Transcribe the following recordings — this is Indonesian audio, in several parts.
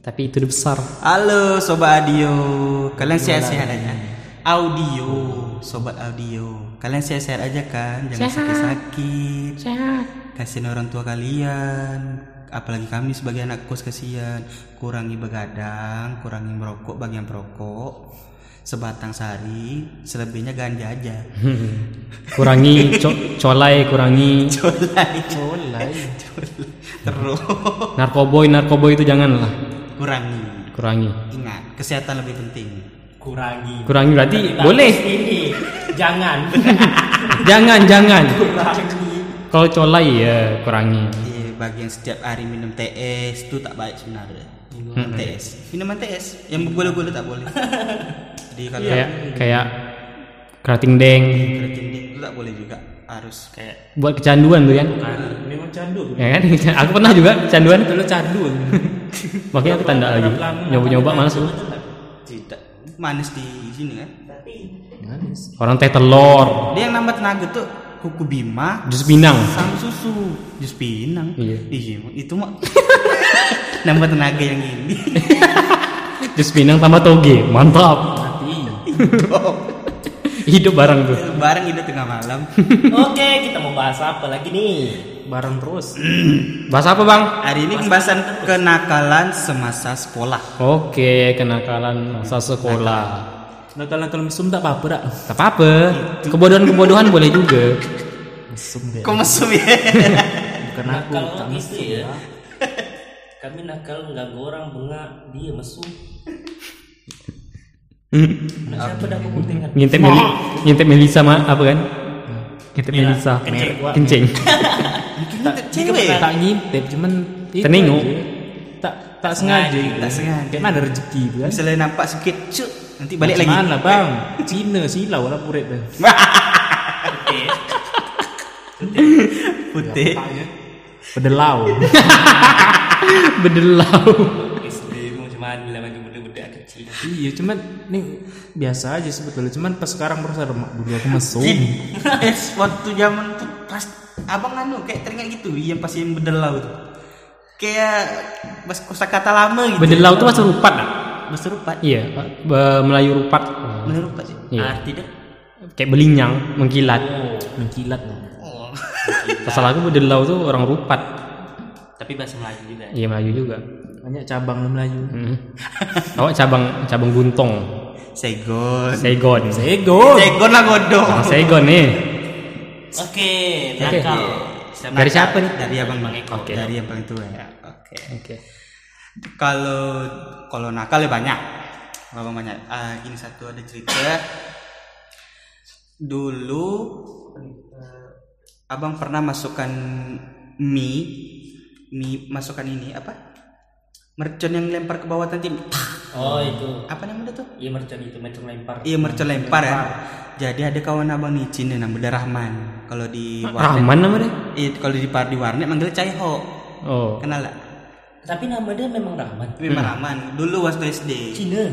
Tapi itu udah besar. Halo Sobat Audio, kalian sehat-sehat aja? Audio, Sobat Audio, kalian sehat-sehat aja kan? Jangan sakit-sakit. Sehat. Kasihin orang tua kalian. Apalagi kami sebagai anak kos kasihan. Kurangi begadang, kurangi merokok bagi yang perokok. Sebatang sehari, selebihnya ganja aja. Kurangi colai, kurangi Colai. Terus narkoboy itu janganlah. Kurangi. Ingat, kesehatan lebih penting. Kurangi berarti boleh. Ini jangan. jangan. Kurangi. Kalau colai ya kurangi. Iya, bagi yang setiap hari minum TS itu tak baik sebenarnya. Minuman TS yang bergula-gula tak boleh. Jadi kalau kayak kerating deng keratin itu tak boleh juga, harus kayak buat kecanduan tuh kan. Memang candu. Ya kan? Aku pernah juga kecanduan. Kalau candu. Makanya aku tanda lagi. Nyoba malas tuh. tidak manis di sini kan. Manis. Orang teh telur, Dia yang nambah tenaga tuh kuku bima, jus pinang. sama susu, jus pinang. Iya. Itu mah nambah tenaga yang ini. Jus pinang tambah toge, mantap. Hidup bareng tuh. Bareng itu tengah malam. Oke, kita mau bahas apa lagi nih? Bareng terus. Bahas apa bang? Hari ini pembahasan kenakalan semasa sekolah. Oke, kenakalan masa sekolah. Nakal-nakal mesum tak apa-apa dak? Tak apa. Kebodohan boleh juga. Mesum deh. Kok mesum ya? Bukan aku, Nakal tak gitu mesum ya. ya. Kami nakal nggak orang bengak, dia mesum. Nah, siapa dah kepentingan? Ngintip Melisa mah apa kan? Ngintip Melisa. Merek, Wak. Kencing. Cewek. Tak ngintip, cuman itu Tenengok. aja. Tak sengaja. Tak sengaja. Kayak mana rezeki itu kan? Misalnya nampak sedikit, cuk, nanti balik lagi. Mana bang? Cina silau lah puret dah. Putih. Pedelau. Bedelau. SD mau cuman bila bagi budak-budak kecil. Iya, cuman nih biasa aja sebetulnya. Cuman pas sekarang baru sadar, mak dulu aku mesum. Waktu zaman tuh pas abang kayak teringat gitu, yang pas yang bedelau tuh. Kayak pas kosakata lama gitu. Bedelau tuh bahasa rupat ah? Bahasa rupat. Iya, Melayu rupat. Bener rupat sih. Iya. Arti dah. Kayak belinyang, mengkilat. Mengkilat. Pasal aku bedelau tuh orang rupat. Tapi bahasa Melayu juga. Iya Melayu juga. Banyak cabang lo Melayu. Awak cabang guntong. Segon. Saigon. Segon lah godong. Orang Saigon nih. Oke, nakal. Dari siapa nih? Dari abang Bang Eko. Oke. Dari yang paling tua ya. Oke. Kalau nakal ya banyak. Abang banyak. Ini satu ada cerita. Dulu abang pernah masukkan mie masukkan ini apa? Mercon yang lempar ke bawah nanti. Oh itu. Apa namanya tuh? Iya mercon itu mercon lempar. Iya mercon lempar ya. Jadi ada kawan abang nih Cina namanya Rahman. Kalau di Rahman namanya? Iya, kalau di warnet manggil Caiho. Oh. Kenal lah. Tapi nama dia memang Rahman. Memang Rahman. Dulu waktu SD. Cina.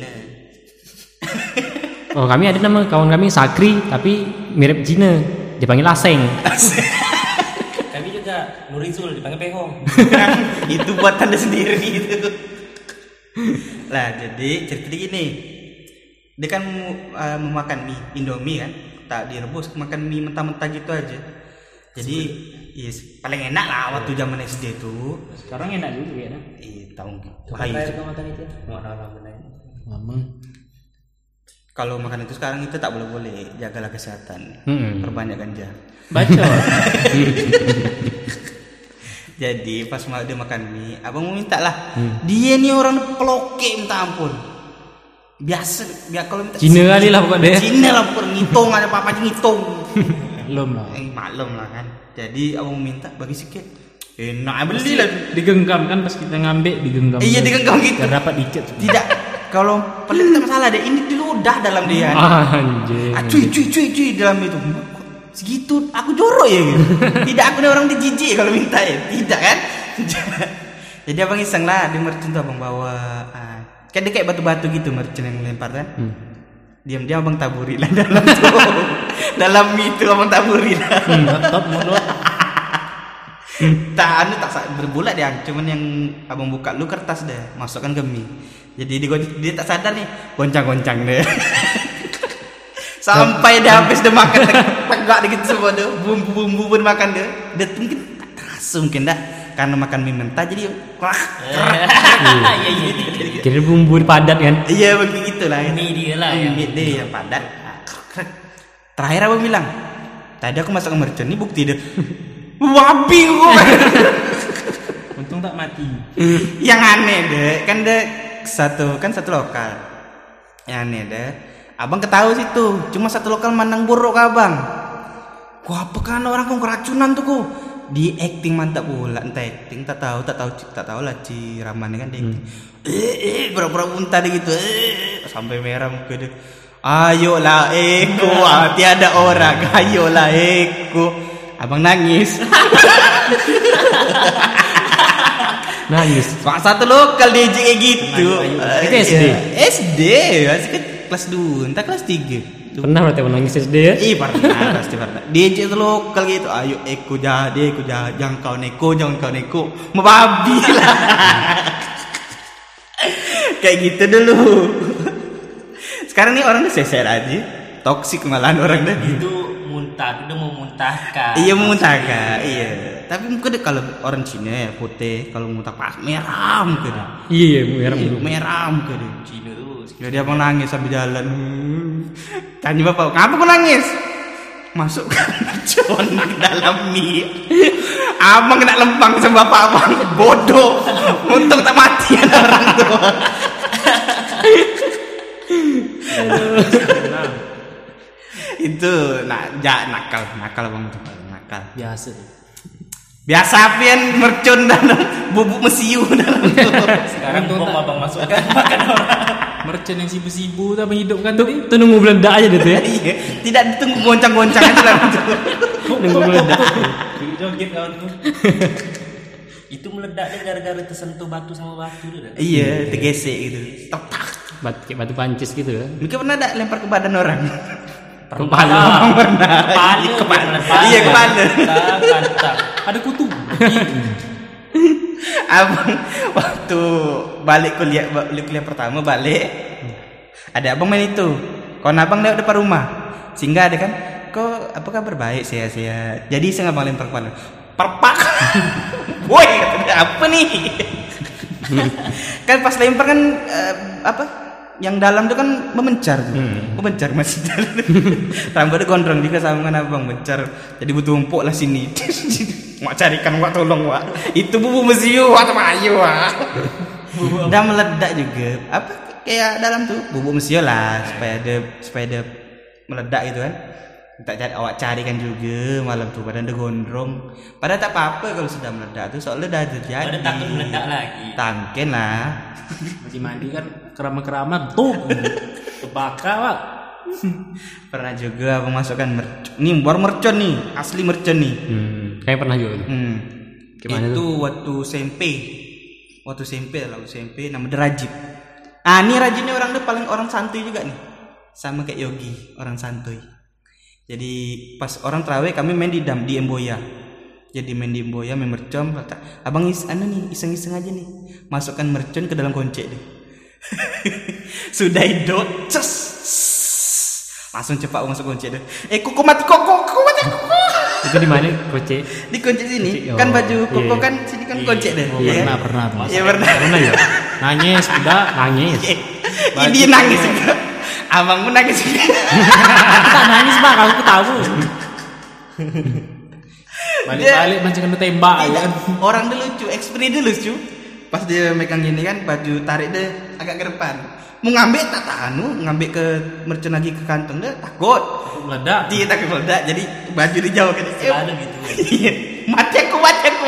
Oh, kami ada nama kawan kami Sakri tapi mirip Cina. Dipanggil Aseng. Kami juga Nurizul dipanggil Pehong. Itu buat tanda sendiri itu. Lah, jadi cerita gini. Dia kan memakan mie Indomie kan, tak direbus, makan mie mentah-mentah gitu aja. Jadi, yes, paling enak lah waktu zaman SD itu. Sekarang enak juga ya. Tahun Kapan terakhir kau makan itu? Mau nama Lama. kalau makan itu sekarang itu tak boleh, jagalah kesehatan. Perbanyak ganja. Baca. Jadi pas dia makan mie, abang mau minta lah. Dia nih orang peloke minta ampun. Biasa kalau minta Cina kali lah pokoknya. Cina lah pokoknya ngitung aja apa aja ngitung. Belum lah. Maklum lah kan. Jadi abang mau minta bagi sedikit. Enak beli lah. Digenggam kan pas kita ngambil digenggam. Iya digenggam gitu. Biar dapat dikit. Tidak. Kalau pelit tak masalah deh. Ini di ludah dalam dia. Anjing. Cuy dalam itu. Segitu aku jorok ya gitu. Tidak aku nih orang dijijik kalau minta ya. Tidak kan? Jadi abang iseng lah di mercon tuh abang bawa kan dia kayak batu-batu gitu mercon yang melempar kan. Diam-diam abang taburi lah dalam tuh. Dalam mie itu abang taburi lah. Top mulut. tak berbulat dia, cuman yang abang buka lu kertas deh, masukkan ke mie. Jadi dia tak sadar nih, goncang-goncang deh. Sampai dia habis dia makan tegak dikit semua deh, bumbu-bumbu pun makan deh. Dia mungkin tak terasa mungkin dah karena makan mie mentah jadi wah. Kira bumbu padat kan. Iya begitu lah. Mie dia lah yang mie dia yang padat. Terakhir abang bilang, tadi aku masak mercon ini bukti deh. Wabi gua. Untung tak mati. Yang aneh deh, kan deh satu lokal. Yang aneh deh, abang ketahui situ, cuma satu lokal mandang buruk ke abang. Kok apa kan orang kok keracunan tuh kok? Di acting mantap pula, entah acting tak tahu lah Raman kan dia acting. Pura-pura muntah deh gitu. Sampai merah muka dia. Ayolah Eko, tiada orang. Ayolah Eko. Abang nangis. Nangis. Satu lokal DJ kayak gitu. Itu SD? SD, masih kan kelas 2, entah kelas 3. Pernah berarti menangis SD ya? Pernah, pasti pernah. DJ itu lokal gitu. Ayo Eko jadi, jangan kau neko. Membabi lah. Kayak gitu dulu. Sekarang nih orang udah selesai aja. Toksik malahan orang deh. Itu muntah, udah mau muntahkan. Iya muntahkan, iya. Tapi mungkin kalau orang Cina ya putih, kalau muntah pas merah mungkin. Iya, Merah mungkin. Cina tuh. Jadi abang nangis sambil jalan. Tanya bapak, ngapa kau nangis? Masukkan mercon ke dalam mie. Abang kena lempang sama bapak abang. Bodoh. Untung tak mati ada orang tua. Itu nakal abang tuh, nakal. Biasa apian mercon dalam bubuk mesiu dalam tuh. Sekarang bom abang masukkan makan orang. Mercon yang sibu-sibu tak menghidupkan tadi. Tuh nunggu meledak aja deh tuh ya. Iya, tidak ditunggu goncang-goncang aja dalam tuh. Nunggu meledak. Joget kawan tuh. Itu meledaknya gara-gara tersentuh batu sama batu tuh. Iya, tergesek gitu. Tepak. Kayak batu pancis gitu ya. Mungkin pernah ada lempar ke badan orang. Kepala. Kepala. Iya, kepala. Kantang. Ada kutu. Abang waktu balik kuliah pertama ada abang main itu. Kawan abang lewat depan rumah. Sehingga ada kan, kok apa kabar baik sehat. Jadi saya abang lempar kepala. Perpak. Woi, apa nih? Kan pas lempar kan yang dalam tuh kan memencar tuh. Memencar masih dalam. Rambutnya gondrong juga sama kan abang mencar. Jadi butuh empuk lah sini. Mak carikan, mak tolong, mak. Itu bubu mesiu, mak sama ayu, mak. Dan meledak juga. Kayak dalam tuh bubu mesiu lah supaya ada meledak gitu kan. Awak carikan juga malam tuh padahal ada gondrong. Padahal tak apa-apa kalau sudah meledak tuh soalnya udah terjadi. Ada takut meledak lagi. Tangken lah. Masih mandi kan keraman tuh. Kebakar pak. Pernah juga abang masukkan mercon. Nih baru mercon nih, asli mercon nih. Kayak pernah juga tuh. Gimana itu waktu SMP nama dia Rajib. Nih Rajib nih orang dia paling orang santuy juga nih. Sama kayak Yogi, orang santuy. Jadi pas orang terawih kami main di Emboya. Jadi main di Emboya, main mercon. Abang iseng-iseng aja nih. Masukkan mercon ke dalam koncek deh. Sudah idot, langsung cepat masuk koncek deh. Koko mati. Itu di mana koce? Di koncek sini. Oh, kan baju koko iya. kan sini kan koncek deh. Pernah. Iya pernah. Pernah ya? Nangis udah. Nangis. Ini nangis juga. Abang pun nangis juga. Tak nangis pak, aku tahu. Balik macam kena tembak ya kan. Orang dia lucu, ekspresi dia lucu. Pas dia megang gini kan, baju tarik dia agak ke depan. Mau ngambil tak ngambil ke mercon lagi ke kantong dia takut. Meledak. Dia takut meledak, jadi baju dijauhkan. Selalu gitu. Iya, mati aku.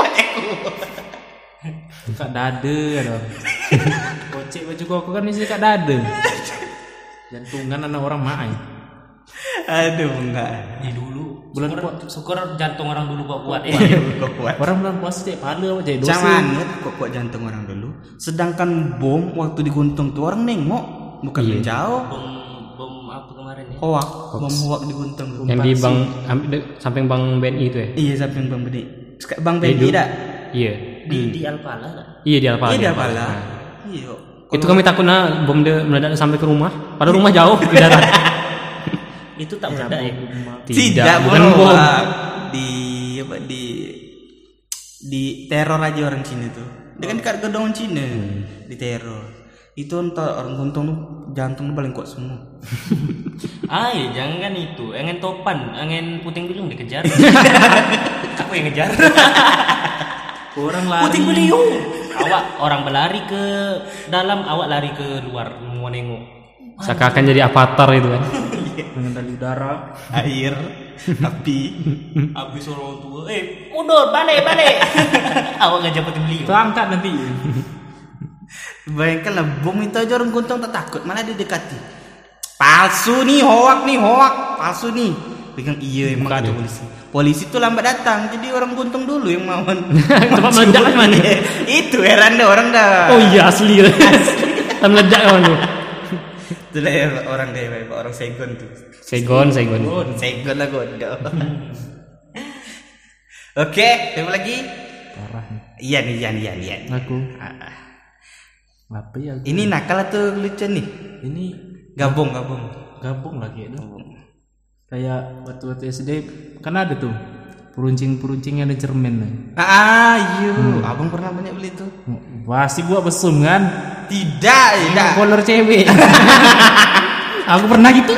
Kak dada dong. Kocek baju koko kan mesti kak dada. Jantungan anak orang main. Aduh enggak. Di dulu Bulan syukur jantung orang dulu kuat ya. Kok kuat. Orang bulan puasa tiap hari jadi dosa. Jangan kok kuat jantung orang dulu. Sedangkan bom waktu diguntung tuh orang nengok, bukan menjauh. Bom apa kemarin ya? Hoak, bom hoak diguntung tuh. Yang di samping Bang BNI itu ya? Iya, samping Bang Beni. Bang Fendi dah. Iya. Di Alpala lah. Iya di Alpala. Iya di dah Alpala. pala. Nah. Iya. Itu kami takutnya bom dia meledak sampai ke rumah. Padahal rumah jauh di darat. Itu tak meledak ya. Tidak, bukan bom. Di teror aja orang Cina tuh. Dia kan dekat gedung Cina. Di teror. Itu entah orang Guntung tuh jantung paling kuat semua. Ay, jangan itu. Angen topan, angen puting beliung dikejar. Aku yang ngejar. Orang lari. Puting beliung. Awak orang berlari ke dalam, awak lari ke luar mau nengok. Seakan jadi avatar itu kan. Mengendali udara. Air, api. Habis orang tua, mundur, balik. Awak ngejar puting beliung. Terangkat nanti. Bayangkanlah bom itu aja orang Guntung tak takut, malah didekati. Palsu nih, hoak, palsu nih. Pegang iya emang kata polisi. Polisi tuh lambat datang, jadi orang Guntung dulu yang mau. Tempat meledak kan mana? Itu heran dah orang dah. Oh iya asli. Tempat meledak kan tu. Itulah orang deh, orang Saigon tuh. Saigon. Saigon lah godo. Oke, siapa lagi? Parah nih. Iya. Aku. Apa ya? Ini nakal atau lucu nih? Ini Gabung. gabung lagi itu. Kayak waktu SD kan ada tuh peruncing ada cermin. Iya. Abang pernah banyak beli tuh? Pasti buat besum kan? Tidak. Kolor cewek. Aku pernah gitu.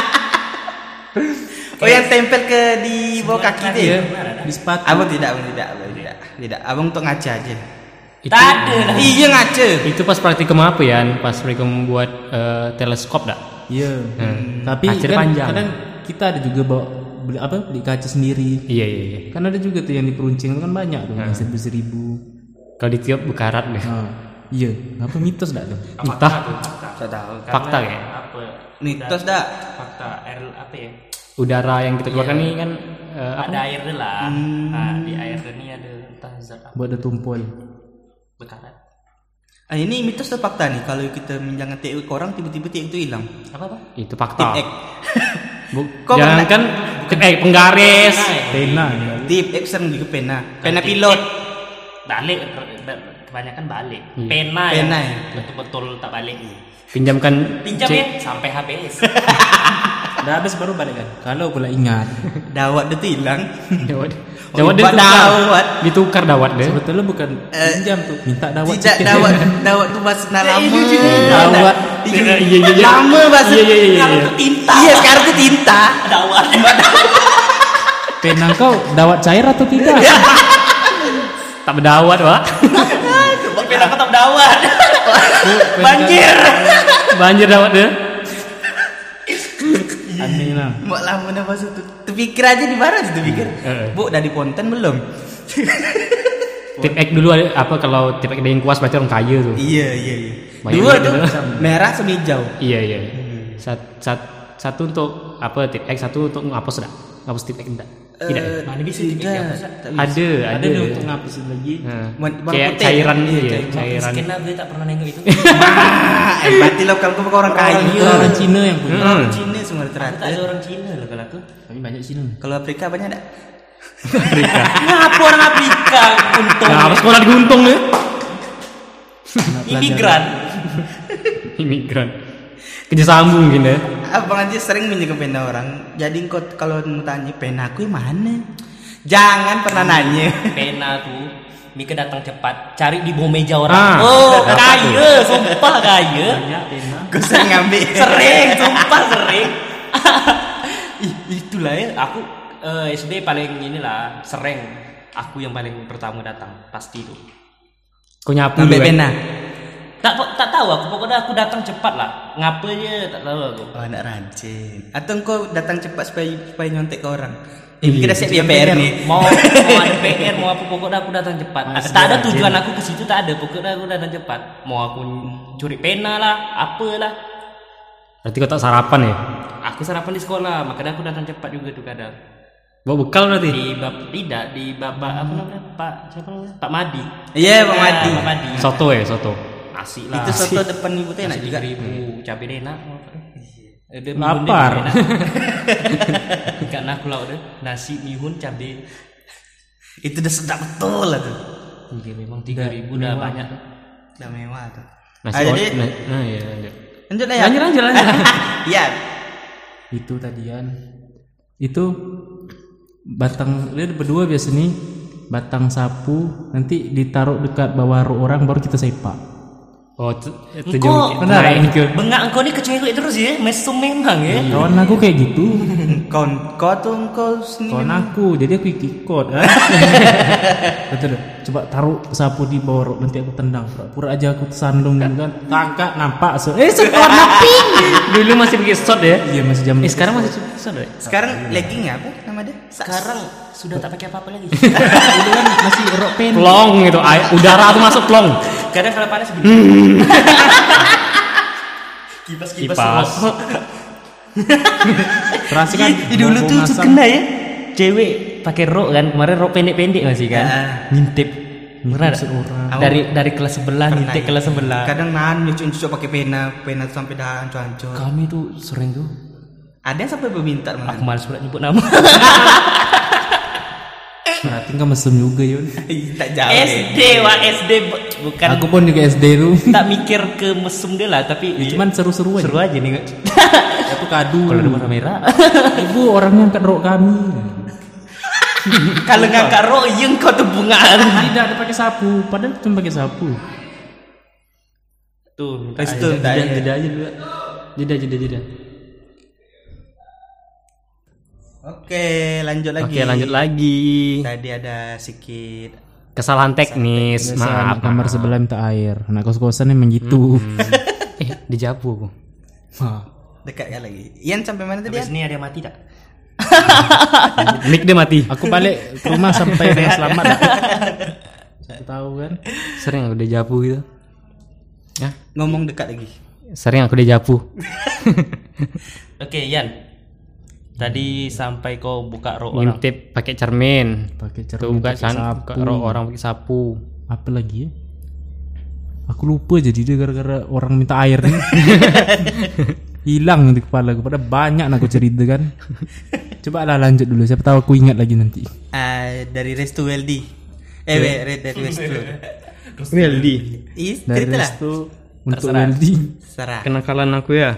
Oh yang tempel ke di bawah kaki tuh ya? Di sepatu. Abang tidak. Abang untuk ngaca aja. Itu, Tak ada lah. Iya ngaca. itu pas praktikum apa ya? Pas praktikum buat teleskop dah. Iya. Tapi Kaca kan panjang. kadang kita ada juga bawa beli kaca sendiri. Iya. Kan ada juga tuh yang di peruncing itu kan banyak tuh, yang 1.000. Kalau ditiup bekarat deh. Iya, apa mitos dah tuh? Entah. Saya tahu. Fakta ya. Apa? Mitos dah. Fakta air apa ya? Udara yang kita keluarkan ini kan Ada air dia lah. Nah, di air ini ada entah zat apa Buat ada tumpul. bekarat. Ini mitos atau fakta nih? Kalau kita menjangan TIK ke orang tiba-tiba TIK itu hilang. Apa? itu fakta. Tip X. Jangan pernah- kan penggaris. Pena. Tip X sering juga pena pilot. Balik kebanyakan balik. Iya. Pena Ya. betul-betul tak balik. Pinjamkan Pinjam ya sampai habis. Udah habis baru balik kan. Kalau pula ingat. Dawat dia tuh hilang. Dawat. Oh, Dawat dia Pak tukar. dawat. Ditukar dawat deh. Sebetulnya bukan pinjam tuh, minta dawat. Tidak sikit. dawat tuh bahasa lama. Dawat. Iya. Lama bahasa. Iya. Tinta. Iya sekarang tuh tinta. Dawat. Pena kau dawat cair atau tidak? Tak berdawat, Pak. Pena tetap dawat. Banjir. Banjir dawat dia. Aneh lah. Mak lama dah bahasa tuh. Terpikir aja di mana sih terpikir. Bu udah di Ponten belum? Tip X dulu ada apa kalau tip X ada yang kuas berarti orang kaya tuh. Iya. Banyak Dua duit tuh dia. merah sama hijau. Iya. Satu untuk apa tip X, satu untuk ngapus dah. Ngapus tip X enggak. Tidak. Mana bisa Tidak. dipikir? Tak bisa. Ada. Ada nih untuk ngapusin lagi. Nah, Warna kayak putih. cairan Iya, iya, cairan. Skin gue tak pernah nengok itu. Berarti lokal kau orang kaya. Orang Cina yang punya. Orang Cina semua Aku tak rata-rata. ada orang Cina loh kalau aku. Tapi banyak Cina. Kalau Afrika banyak tak? Ngapa orang Afrika untung Nah, apa sekolah di Guntung nih? imigran. Imigran. Kerja sambung mungkin ya. Abang aja sering minjem pena orang. Jadi kau kalau mau tanya pena aku yang mana? Jangan pernah nanya. Pena tuh Mika datang cepat, cari di bawah meja orang. Ah, Oh, dapat kaya, sumpah kaya. Banyak pena. Kau sering ngambil. Sering, sumpah sering. Itulah ya, aku SD paling inilah sering. Aku yang paling pertama datang, pasti tuh. Kau nyapu Ngambil juga. pena. Tak tahu aku, pokoknya aku datang cepat lah. Ngapa aja tak tahu aku. Oh, nak rajin. Atau kau datang cepat supaya nyontek ke orang. Iya, Kita siap ya PR nih. Mau ada PR, mau apa pokoknya aku datang cepat. Masih Tak ada rajin. tujuan aku ke situ, tak ada. Pokoknya aku datang cepat. Mau aku curi pena lah, apalah. Berarti kau tak sarapan ya? Aku sarapan di sekolah, makanya aku datang cepat juga tuh kadang. Bawa bekal berarti? Di bapak apa namanya? Pak siapa namanya? Pak Madi. Iya, Bang Madi. Pak Madi. Soto ya, soto. Asik lah. Itu soto depan ibu tuh enak Nasi juga. 3.000, cabai dia enak. Dia Lapar. Karena aku lauk deh nasi mihun cabai. Itu udah sedap betul lah tuh. Iya, memang 3.000 udah banyak. Udah mewah tuh. Nasi Ah, or- jadi- nah iya lanjut. Lanjut lah ya. Lanjut. Iya. Itu tadian. Itu batang dia berdua biasa nih. Batang sapu nanti ditaruh dekat bawah orang baru kita sepak. Oh, itu Engkau benar ini ke bengak engkau ni ke cewek terus ya. Mesum memang ya. Kawan aku kayak gitu. Kau tuh kau sendiri. Kawan aku, jadi aku ikut. Betul. Coba taruh sapu di bawah rok, nanti aku tendang. Pura-pura aja aku tersandung gitu kan. Tangkap nampak warna pink. dulu masih pakai shot ya. Iya masih jam. Sekarang masih shot ya. Sekarang legging apa nama dia? Sekarang sudah tak pakai apa-apa lagi. Dulu kan masih rok pen. Plong gitu, udara tuh masuk plong. Kadang kalau panas begini. Kipas-kipas. Terasa kan. Dulu bau tuh masam. kena ya. Cewek pakai rok kan, kemarin rok pendek-pendek masih kan. Ngintip. Benar. Seorang. Dari kelas sebelah ngintip kelas sebelah. Kadang nyucuk pakai pena tuh sampai dah hancur-hancur. Kami tuh sering tuh. Ada yang sampai meminta Aku malah. malas pula nyebut nama. Berarti nggak mesum juga Yun. Tak jauh. SD bukan. Aku pun juga SD tuh. Tak mikir ke mesum dia lah, tapi Cuman seru-seru aja. seru aja nih. Aku kadu. Kalau ada warna merah. Ibu orangnya angkat rok kami. Kalau ngangkat rok, yang kau tuh bungaan. Tidak ada pakai sapu, padahal cuma pakai sapu. Tuh, Restu tak ada. Jeda aja dulu. Jeda. Oke, lanjut lagi. Oke, lanjut lagi. Tadi ada sedikit Kesalahan teknis, Biasa maaf. anak kamar sebelah minta air. Anak kos-kosan emang gitu. Dijapu aku. dekat kan lagi. Ian sampai mana tadi? Habis Ian? ini ada yang mati tak? Mic dia mati. Aku balik ke rumah sampai dengan selamat. dah. Siapa tahu kan? Sering aku dijapu gitu. Ya, Ngomong dekat lagi. sering aku dijapu. Oke, Yan. Tadi sampai kau buka rok orang. Ngintip pakai cermin. Pakai Tuh cermin, buka pakai buka sapu. rok orang pakai sapu. Apa lagi ya? Aku lupa jadi dia gara-gara orang minta air nih. Hilang di kepala aku. Padahal banyak aku cerita kan. Coba lah lanjut dulu. Siapa tahu aku ingat lagi nanti. Dari Restu Weldy. Dari Restu. Weldy. Dari Cerita lah. restu untuk Weldy. Serah. Kenakalan aku ya.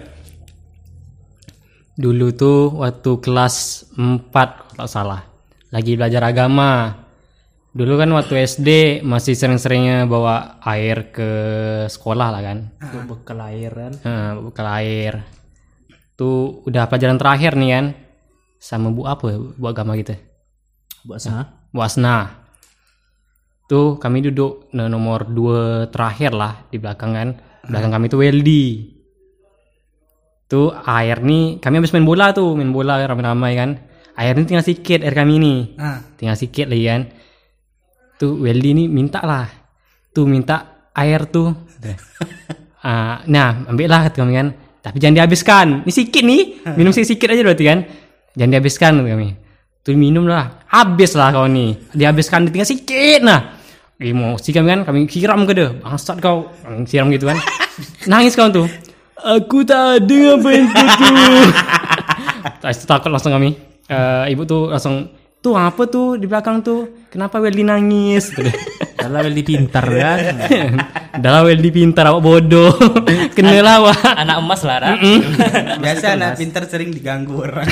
Dulu tuh waktu kelas 4 kalau tak salah. Lagi belajar agama. Dulu kan waktu SD masih sering-seringnya bawa air ke sekolah lah kan. Bekal air kan. Bekal air. Tuh udah pelajaran terakhir nih kan. Sama bu apa ya? Bu agama gitu. Buat sana. Bu Asna. Tuh kami duduk nomor 2 terakhir lah di belakang kan. Belakang kami tuh Weldy. Tuh air nih kami habis main bola ramai-ramai kan. Air ini tinggal sedikit air kami nih. Tinggal sedikit lagi kan. Tuh Weldy nih minta minta air tuh. Nah ambil lah kata kami kan. Tapi jangan dihabiskan. Ini sedikit nih. Minum sedikit aja berarti kan. Jangan dihabiskan kata kami. Tuh minum lah. Habis lah kau nih. Dihabiskan tinggal sedikit nah. Emosi kami kan. Kami siram ke dia. Bangsat kau. Kami siram gitu kan. Nangis kau tuh. Aku tak ada apa yang tuh. Takut langsung kami. Ibu tuh langsung. Tuh apa tuh di belakang tuh? Kenapa Weldy nangis? Kalau Weldy pintar kan. Dah Weldy pintar awak bodoh. Kenal awak. Anak emas lah, Ra. Biasa anak pintar sering diganggu orang.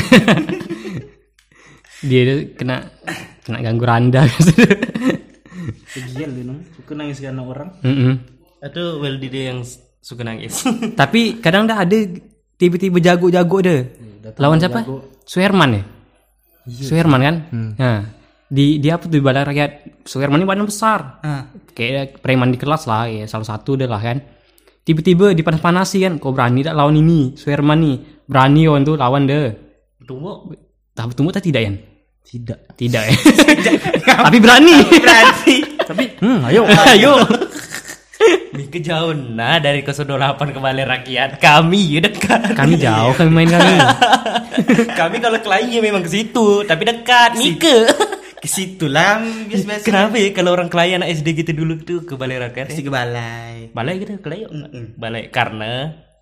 Dia kena ganggu randa. Kegial dia no. Suka nangis karena orang. Itu Weldy dia yang suka nangis. Tapi kadang dah ada tiba-tiba jago-jago dia. Lawan siapa? Suherman ya? Suherman kan? Nah, dia apa tuh di Balai Rakyat. Suherman ini badan besar. Kayak preman di kelas lah, ya salah satu dia lah kan. Tiba-tiba dipanas-panasi kan, kau berani tak lawan ini? Suherman nih, berani on tuh lawan dia. Tunggu. Tunggu tak tidak ya? Tidak. Ya. Tapi berani. Tapi ayo. Ayo. Lebih kejauhan. Nah, dari 08 ke Balai Rakyat. Kami dekat. Kami jauh kami main kami. Kami kalau kliennya memang ke situ, tapi dekat. Mika. Ke situ lah biasa-biasa. Kenapa ya kalau orang klien anak SD gitu dulu tuh ke Balai Rakyat? Pasti ke balai. Balai gitu, klien. Balai karena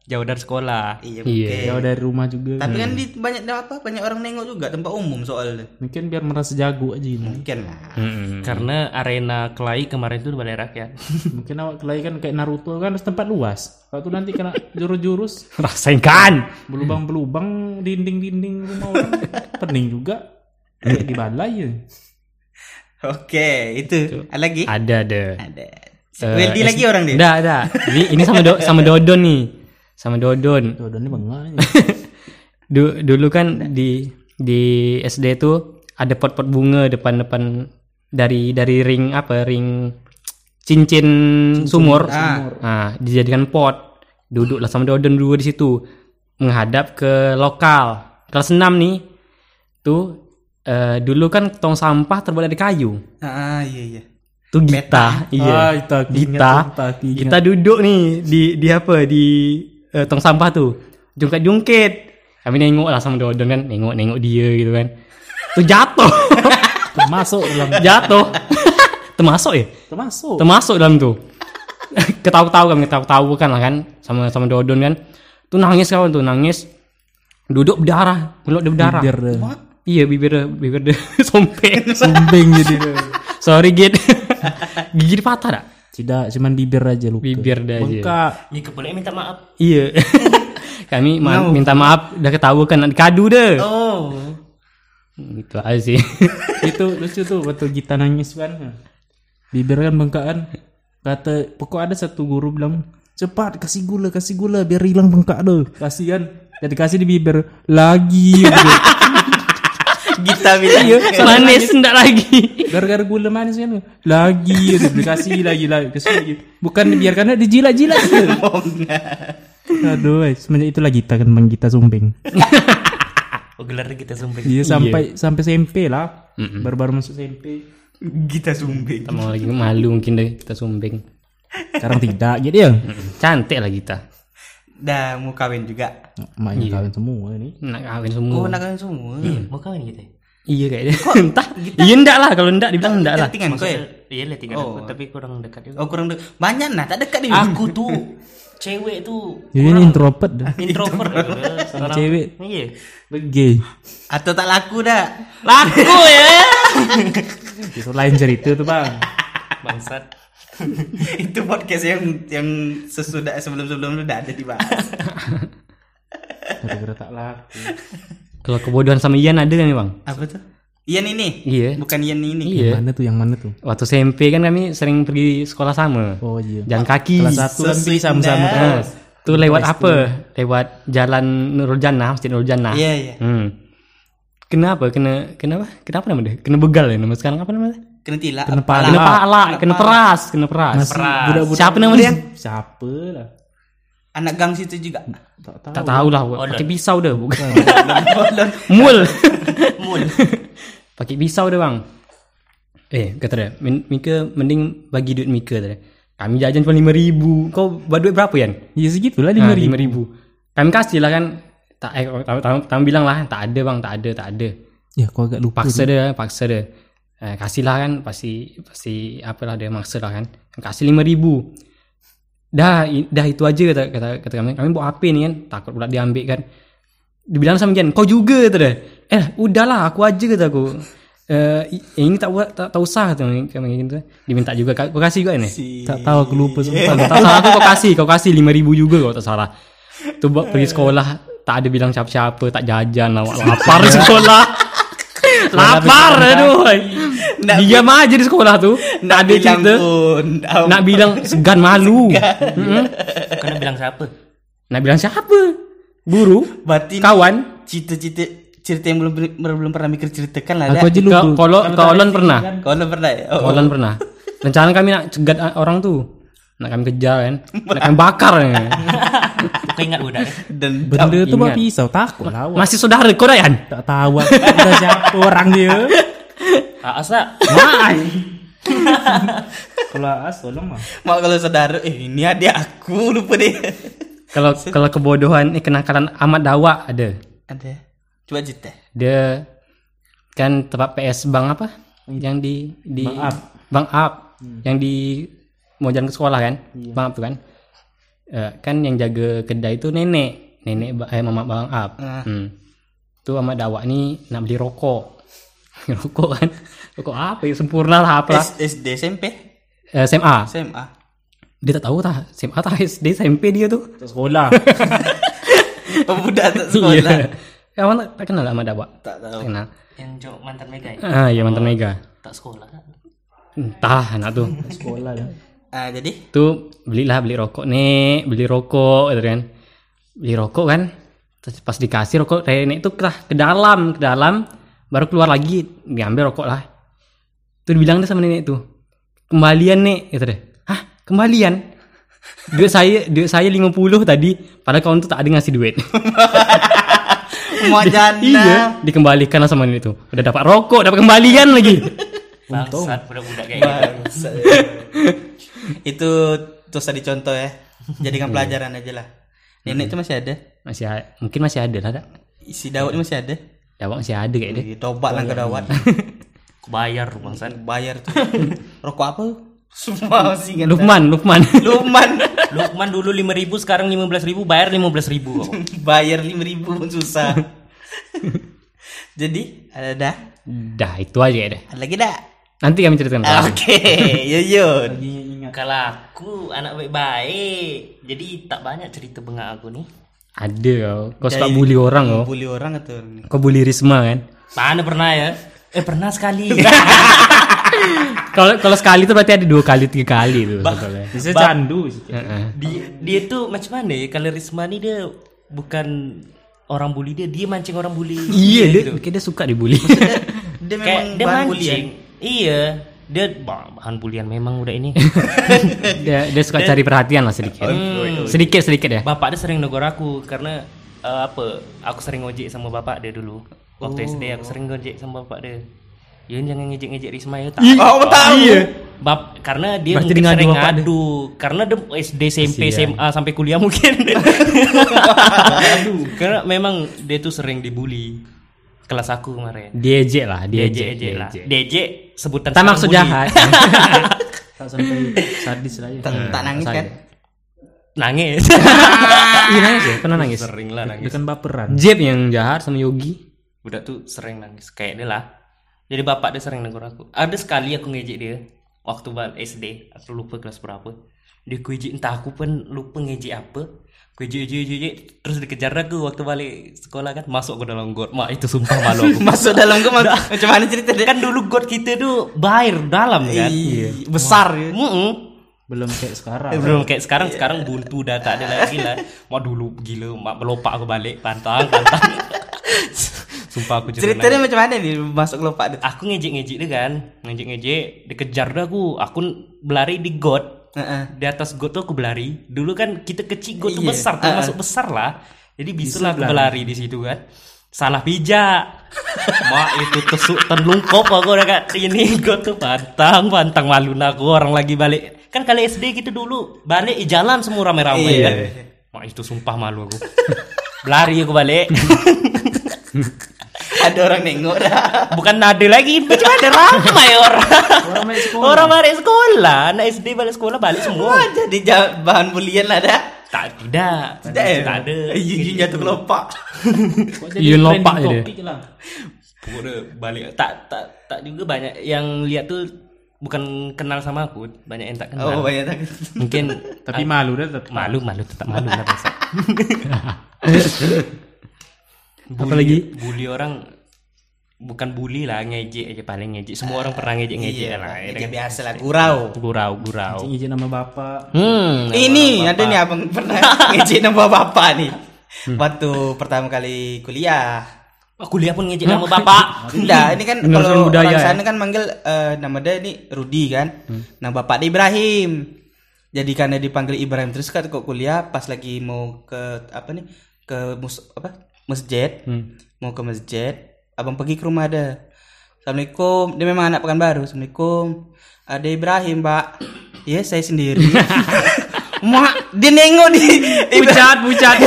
Jauh dari sekolah. Iya Iya. mungkin. Jauh dari rumah juga. Tapi kan di banyak orang nengok juga tempat umum soalnya. Mungkin biar merasa jago aja ini. Mungkin lah. Karena arena Kelai kemarin tuh Balai Rakyat. Mungkin awak kelai kan kayak Naruto kan harus tempat luas. Kalau tuh nanti kena jurus-jurus, Rasain kan. belubang-belubang dinding-dinding rumah orang, pening juga. Kayak di balai ya. Oke, itu. Ada lagi? Ada. Ada. Weldy lagi orang dia. Ada. Ini sama Dodon nih. Sama Dodon. Tuh, ini bangga. Dulu kan di SD tuh ada pot-pot bunga depan dari ring cincin sumur. Nah, dijadikan pot. Duduklah sama Dodon dulu di situ. Menghadap ke lokal. Kelas 6 nih. Tuh dulu kan tong sampah terbuat dari kayu. Iya. Tuh Gita. Iya. Kita duduk nih di tong sampah tuh. Jungkit. Kami nengok lah sama Dodon kan, nengok dia gitu kan. Tuh jatuh. Termasuk dalam Jatuh. Termasuk ya? Termasuk dalam tuh. Ketawa kan lah kan sama Dodon kan. Tuh nangis kawan tuh, nangis. Duduk berdarah, mulut dia berdarah. Iya, bibir dia sompek. Sumbing jadi. Sorry Git. Gigi patah dak? Tidak, cuman bibir aja luka. Bibir dia aja. Bengkak. Ini kepulanya minta maaf. Iya. Kami minta maaf udah ketahukan kadu deh. Oh. Gitu aja sih. Itu lucu tuh waktu Gita nangis kan. Bibir kan bengkak kan. Kata pokok ada satu guru bilang, "Cepat kasih gula biar hilang bengkak tuh." Kasih kan. Jadi kasih di bibir lagi. Gita bilang. Manis enggak lagi. Gara-gara gula manis kan. Lagi dikasih lagi kasih lagi. Bukan dibiarkan dijilat-jilat. Aduh, semenjak itulah Gita kan Bang Gita Sumbing. Oh, gelarnya kita sumpah. Iya sampai SMP lah. Baru-baru masuk SMP. Gita Sumbing. Kita mau lagi malu mungkin deh kita sumbing. Sekarang tidak gitu ya. Cantik lah kita. Dah mau kawin juga. Maknya kawin semua ini. Nak kawin semua. Oh, nak kawin semua. Mau kawin kita. Iya kayaknya. Entah. Iya enggak lah, kalau enggak dibilang enggak lah. Tinggal kau ya? Iya lah tinggal aku, tapi kurang dekat juga. Oh, kurang banyak nah, tak dekat dia. Aku tuh cewek tuh Jadi ini introvert dah. introvert. Sama cewek Iya. gay. Atau tak laku dah. Laku ya. Itu lain cerita tuh bang. Bangsat. Itu podcast yang sesudah sebelum udah ada dibahas. Gara-gara tak laku. Kalau kebodohan sama Ian ada kan nih bang? Apa tuh? Ian ini? Iya. Bukan Ian ini. Iya. Yang mana tuh? Waktu SMP kan kami sering pergi sekolah sama. Oh iya. Jalan kaki. Kelas 1 kan pilih sama-sama Nah. terus. Tuh lewat apa? Lewat jalan Nurul Jannah, Masjid Nurul Jannah. Iya. Kenapa nama dia? Kena begal ya nama sekarang apa namanya? Kena tilak. Kena Apalah. Kena pala, kena peras. Budak-budak. Siapa nama dia? Siapa lah? Anak gang situ juga. Tak tahu lah. Pakai pisau dah, bukan. Mul. Mul. Pakai pisau dah bang. Kata dia, Mika mending bagi duit Mika tadi. Kami jajan cuma 5.000. Kau duit berapa Yan? Ya segitulah 5.000. 5.000. Kami kasih lah kan. Tahu bilang lah, tak ada bang, tak ada. Ya, kau agak lupa. Paksa dia. Kasih lah kan, pasti apalah dia maksa lah kan. Kasih 5.000. Dah itu aja kata kami. Kami bawa HP nih kan, takut pula diambil kan. Dibilang sama Jan, kau juga kata dia. Udahlah, aku aja kata aku. Ini tak usah kata kami gitu. Diminta juga, kau kasih juga ini. Tak tahu, aku lupa sumpah. Tak salah aku kau kasih 5.000 juga kau tak salah. Tu pergi sekolah tak ada bilang siapa-siapa, tak jajan lapar di sekolah. Lapar aduh. Diam aja di sekolah tuh. Tak ada cerita. Nak bilang segan malu. Kena bilang siapa? Nak bilang siapa? Guru? Berarti kawan? Cerita yang belum pernah mikir ceritakan lah. Aku aja lupa. Kolon pernah. Kolon pernah ya? Kolon pernah. Rencana kami nak cegat orang tuh. Nak kami kejar kan. Nak kami bakar kan. Kau ingat udah ya? Dan benda tu bawa pisau, takut lah. Masih saudara kau dah Yan? Tak tahu ada siapa orang dia. Asa. Kalau As tolong mah. Mak kalau saudara, ini adik aku lupa deh. Kalau kebodohan kenakalan Ahmad Dawa ada. Ada. Coba cerita. Dia kan tempat PS Bang apa? Yang di Bang Up. Bang Up. Yang di mau jalan ke sekolah kan? Bang Up tuh kan. Kan yang jaga kedai itu nenek mama Bang Ab. Tuh sama Dawak nih nak beli rokok. Rokok kan. Rokok apa ya? Sempurna lah apa. SD SMP SMA. SMA. Dia tak tahu tah SMA tah SD SMP dia tuh. Sekolah. Budak tak sekolah. Ya mana tak kenal sama Dawak. Tak tahu. Tak kenal. Yang jauh mantan Mega ya? Iya mantan Mega. Tak sekolah. Entah anak tuh. Sekolah dah. Jadi Tuh beli rokok nek, beli rokok gitu kan. Beli rokok kan. Terus pas dikasih rokok nek tuh ke dalam baru keluar lagi diambil rokok lah. Tuh dibilang deh sama nenek tuh. Kembalian nek gitu deh. Hah, kembalian? Duit saya 50 tadi, padahal kawan tuh tak ada ngasih duit. mau janda. Iya, dikembalikan lah sama nenek tuh. Udah dapat rokok, dapat kembalian lagi. Bangsat budak-budak kayak gitu. Itu terus tadi contoh ya. Jadikan pelajaran aja lah. Nenek itu masih ada. Mungkin masih ada lah. Si Dawat ini masih ada. Dawak masih ada kayak deh. Tobat lah ke Dawat. Bayar bangsat. Bayar tuh. Rokok apa? Semua masih ingat. Lukman. Lukman dulu 5.000 sekarang 15.000 bayar 15.000. Bayar 5.000 pun susah. Jadi ada dah. Dah itu aja ya deh. Ada lagi dah. Nanti kami ceritakan. Oke, Yuyun. Kalau aku anak baik-baik, jadi tak banyak cerita bengak aku nih. Ada kau suka bully orang kau. Bully orang atau Kau bully Risma kan? Mana pernah ya? Pernah sekali. Kalau sekali itu berarti ada 2 kali 3 kali tuh. Bisa candu. Dia tuh macam mana ya? Kalau Risma nih dia bukan orang bully, dia mancing orang bully. Iya, dia suka dibully. Dia memang Kayak dia bahan mancing. bulian. Iya, dia bahan bulian memang udah ini. dia suka cari perhatian lah sedikit. Sedikit ya. Bapak dia sering negur aku karena aku sering ngojek sama bapak dia dulu. Waktu SD aku sering ngojek sama bapak dia. Yun jangan ngejek-ngejek Risma ya. Oh, tahu. Iya. Karena dia Berarti mungkin ngadu sering bapak ngadu. Karena dia SD, SMP, SMA sampai kuliah mungkin. Karena memang dia tuh sering dibully. Kelas aku kemarin. Diejek lah. DJ sebutan Tak maksud bully. jahat. Tak sampai sadis lah ya. Tak nangis kan? Nangis. Iya nangis ya. Pernah nangis. Sering lah nangis. Dia kan baperan. Jeb yang jahat sama Yogi. Udah tuh sering nangis kayak dia lah. Jadi bapak dia sering negur aku. Ada sekali aku ngejek dia waktu SD, aku lupa kelas berapa. Dia ngejek entah aku pun lupa ngejek apa. Ngejek terus dikejar aku waktu balik sekolah kan, masuk ke dalam got. Mak itu sumpah malu aku. Masuk dalam gue macam mana cerita dia? Kan dulu got kita tuh bair dalam kan. Iya. Besar ya. Belum kayak sekarang. Belum kayak sekarang buntu dah tak ada lagi lah. Mak dulu gila, mak melopak aku balik pantang. Sumpah aku Ceritanya macam mana nih masuk lopak dia? Aku ngejek dia kan, dikejar dah aku berlari di got. Di atas got tuh aku berlari. Dulu kan kita kecil got tuh besar, termasuk besar lah. Jadi bisa lah aku berlari di situ kan. Salah pijak. Mak itu tusuk terlungkop aku udah kat sini got tuh pantang malu aku orang lagi balik. Kan kali SD kita dulu balik jalan semua rame-rame kan. Mak itu sumpah malu aku. Berlari aku balik. Ada orang nengok dah. Bukan ada lagi, macam ada ramai orang. Orang balik sekolah, anak SD balik sekolah balik semua. Wah, jadi bahan bulian lah dah. Tidak ada. Yuyun jatuh ke lopak. Yuyun lopak je dia. Pokoknya balik tak juga banyak yang lihat tuh bukan kenal sama aku, banyak yang tak kenal. Oh, banyak tak. Mungkin Tapi malu dah tetap. malu tetap malu lah bangsa. Apalagi bully orang bukan bully lah, ngejek aja paling ngejek. Semua orang pernah ngejek lah. Ngejek biasa lah, gurau. Gurau. Izin nama bapak. Ini ada nih abang pernah ngejek nama bapak nih. Waktu pertama kali kuliah. Kuliah pun ngejek nama bapak. Enggak, ini kan Meneruskan kalau budaya, orang sana kan manggil nama dia ini Rudi kan. Nah, bapak dia Ibrahim. Jadi karena dipanggil Ibrahim terus kan kok kuliah pas lagi mau ke apa nih? Ke masjid. Mau ke masjid, abang pergi ke rumah ada. Assalamualaikum. Dia memang anak Pekanbaru. Assalamualaikum. Ada Ibrahim, Pak. Iya, saya sendiri. Mak, dia nengok di pucat.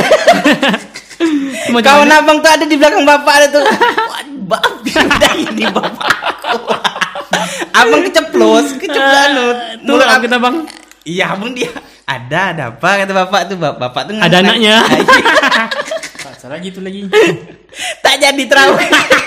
Kawan abang tuh ada di belakang bapak ada tuh. Bapak udah ini bapak. Abang keceplos, mulut kita bang. Iya, abang dia Ada apa kata bapak tuh? Bapak tuh Ada anaknya. Tak salah gitu lagi. Tak jadi terawih.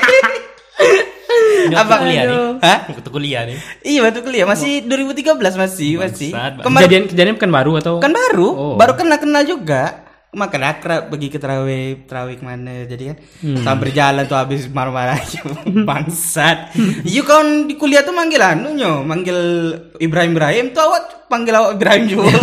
Ini waktu Abang, kuliah nih. Hah? Waktu kuliah nih. Iya waktu kuliah masih 2013 masih. Bangsat, Kemarin Kejadian kan baru atau? kan baru, Oh. baru kenal juga. Makan akrab pergi ke terawih kemana jadi kan sampai berjalan tuh habis marah-marah bangsat. Iya kan di kuliah tuh manggil anunya, manggil Ibrahim tuh awak panggil awak Ibrahim juga.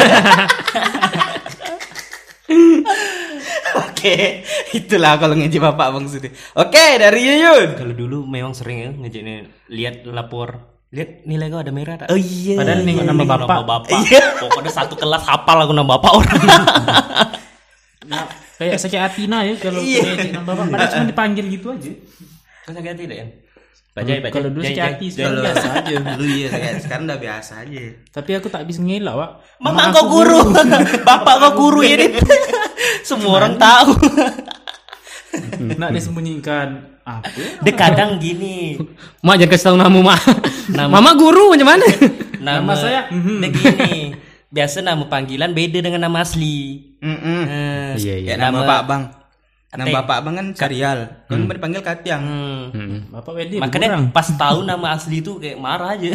Oke, itulah kalau ngeji bapak Bang Sudi. Oke, dari Yuyun. Kalau dulu memang sering ya ngejaknya lihat lapor. Lihat nilai kau ada merah tak? Oh iya. Padahal nengok nama bapak. Nama bapak. Iya. Pokoknya satu kelas hafal aku nama bapak orang. Nah, kayak sakit hati nah ya kalau Iya. ngejek nama bapak. Padahal cuma dipanggil gitu aja. Kau sakit hati tak ya? Bajai. Kalau dulu sakit hati sekarang Kalau biasa aja. dulu iya sekarang udah biasa aja. Tapi aku tak bisa ngelak, Wak. Mama kau guru. Bapak kau guru ini. Semua orang tahu. Nak disembunyikan apa? Dia kadang gini. Mak jangan kasih tahu nama mak. Mama guru macam mana? Nama saya, dia gini. Biasa nama panggilan beda dengan nama asli. Iya. Kayak nama Pak Bang. Nama Kateng. Bapak Bang kan Karyal. Kan dipanggil Katiang. Bapak Wendy Makanya pas tahu nama asli itu kayak marah aja.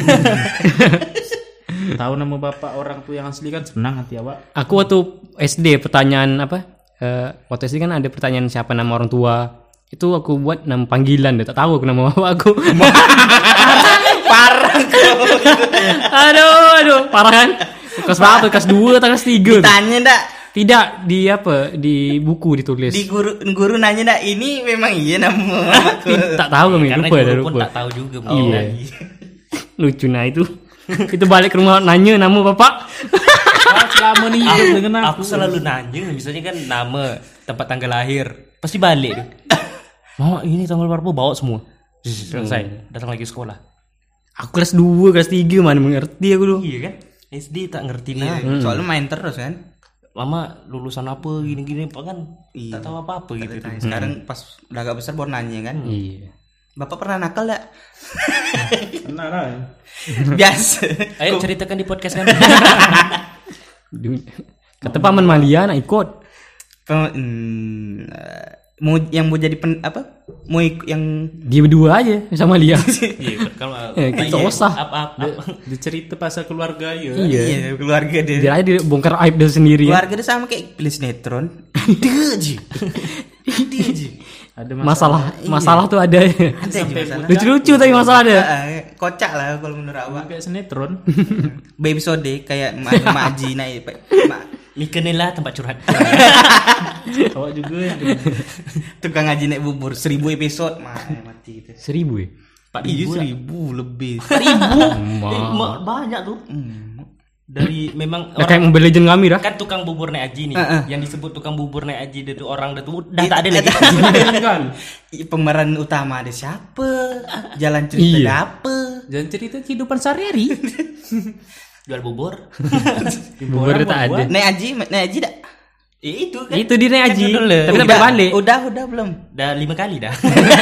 tahu nama bapak orang tuh yang asli kan senang hati awak. Aku waktu SD pertanyaan apa? Waktu SD kan ada pertanyaan siapa nama orang tua. Itu aku buat nama panggilan, tak tahu aku nama bapak aku. Parah kau. aduh, parah kan? Kelas berapa? Kelas 2 atau kelas 3? Tanya ndak? Tidak, di apa? Di buku ditulis. Di guru nanya ndak ini memang iya nama aku. Tak tahu kami, Karena lupa dah guru pun lupa. tak tahu juga. Iya. Lucu nah itu. Itu balik ke rumah nanya nama bapak. Awak selama nih hidup dengan Aku selalu nanya, misalnya kan nama, tempat tanggal lahir, pasti balik tuh. Mama ini tanggal berapa bawa semua. Selesai, datang lagi sekolah. Aku kelas 2, kelas 3 mana mengerti aku dulu. Iya kan? SD tak ngerti Iya, nah. soalnya main terus kan. Mama lulusan apa gini-gini apa kan tak tahu apa-apa gitu. Tanya. Sekarang pas udah agak besar baru nanya kan. Iya. Bapak pernah nakal enggak? Benar lah. Biasa. Ayo ceritakan di podcast kan. Kata Paman Malia nak ikut. Mau yang mau jadi apa? Mau yang Dia berdua aja sama Lia. Iya, kalau Kita usah. apa Dia cerita pasal keluarga ya. iya keluarga dia. Dia aja dia bongkar aib dia sendiri. Keluarga dia sama kayak pilih sinetron. Dia aja. Dia aja. Ada Masalah tuh ada. Ada aja masalah. Lucu-lucu tapi masalah ada. Kocak lah kalau menurut awak. kayak sinetron. Baby Sode kayak Mak Haji naik Mikenilah tempat curhat. Awak juga yang tukang ngaji naik bubur 1000 episode mati gitu. 1000 ya? 1000 lebih. Banyak tuh. Dari memang Nah, kayak Mobile Legend kami dah. kan tukang bubur naik aji nih. Yang disebut tukang bubur naik aji itu orang itu udah tak ada lagi. kan. Pemeran utama ada siapa? Jalan cerita Iya. ada apa? Jangan cerita kehidupan sehari-hari. Jual bubur. Bubur dia tak ada. Naik Haji dak? Itu kan. Itu dia naik haji. Kan dulu. Tapi tak balik. Udah belum. Udah 5 kali dah.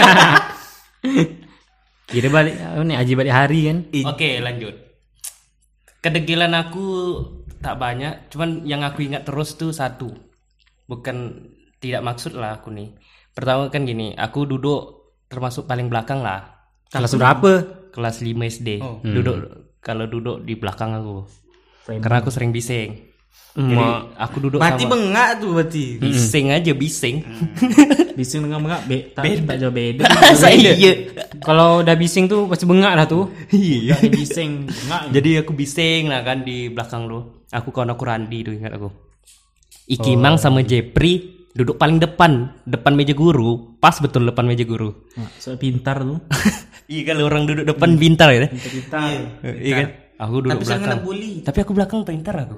Kira balik naik haji balik hari kan. Oke, lanjut. Kedegilan aku tak banyak, cuman yang aku ingat terus tuh satu. Bukan tidak maksud lah aku nih. Pertama kan gini, aku duduk termasuk paling belakang lah. Kelas berapa? Kelas 5 SD. Kalau duduk di belakang aku. Karena aku sering bising. Jadi aku duduk Mati sama bengak tuh berarti. bising aja bising. Bising dengan bengak tak jauh beda. Iya. Kalau udah bising tuh pasti bengak dah tuh. Iya. Bising bengak. Jadi aku bising lah kan di belakang lu. Aku kawan aku Randi tuh ingat aku. Ikimang sama Jepri duduk paling depan meja guru, pas betul depan meja guru. So pintar tuh. Iya kan orang duduk depan pintar ya. Pintar. Iya kan? Aku duduk Tapi sering belakang. kena bully. Tapi aku belakang pintar aku.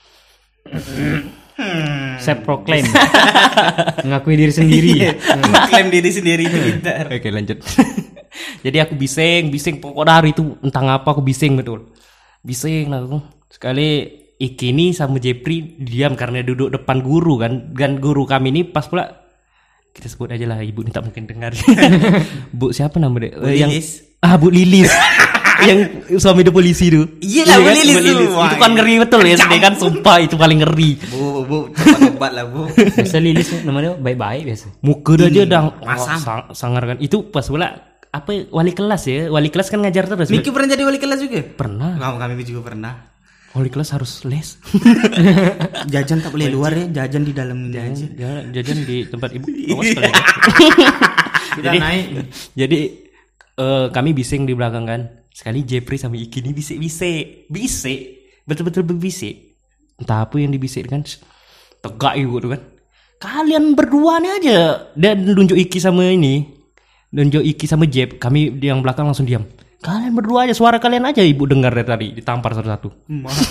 Saya proclaim. Mengakui diri sendiri. Klaim diri sendiri itu pintar. Oke lanjut. Jadi aku bising pokoknya hari itu entah ngapa aku bising betul. Bising lah aku. Sekali Ikini sama Jepri diam karena duduk depan guru kan. Dan guru kami ini pas pula kita sebut aja lah ibu ini tak mungkin dengar. Bu siapa nama dia? Bu Lilis. Bu Lilis. yang suami the polisi tuh. Iya lah, Bu Lilis tuh. Itu kan ngeri betul ya, SD kan sumpah itu paling ngeri. Bu, cepat lah Bu. Biasa Lilis namanya baik-baik biasa. Muka dia aja udah masam. sangar kan. Itu pas pula apa wali kelas ya. Wali kelas kan ngajar terus. Miki pernah jadi wali kelas juga? Pernah. Kami juga pernah. Wali kelas harus les. Jajan tak boleh luar ya, jajan di dalam ini aja. Jajan di tempat ibu. Awas kali ya. Kita naik. Jadi kami bising di belakang kan. Sekali Jeffrey sama Iki ini bisik. Betul-betul berbisik. Entah apa yang dibisik kan. Tegak gitu kan. Kalian berdua nih aja. Dan nunjuk Iki sama ini. Nunjuk Iki sama Jeff. Kami di yang belakang langsung diam. Kalian berdua aja, suara kalian aja ibu dengar dari tadi. Ditampar satu-satu.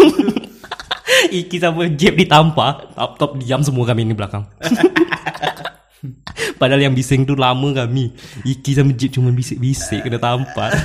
Iki sama Jeff ditampar. Top diam semua kami ini belakang. Padahal yang bising tuh lama kami. Iki sama Jeep cuma bisik-bisik kena tampar.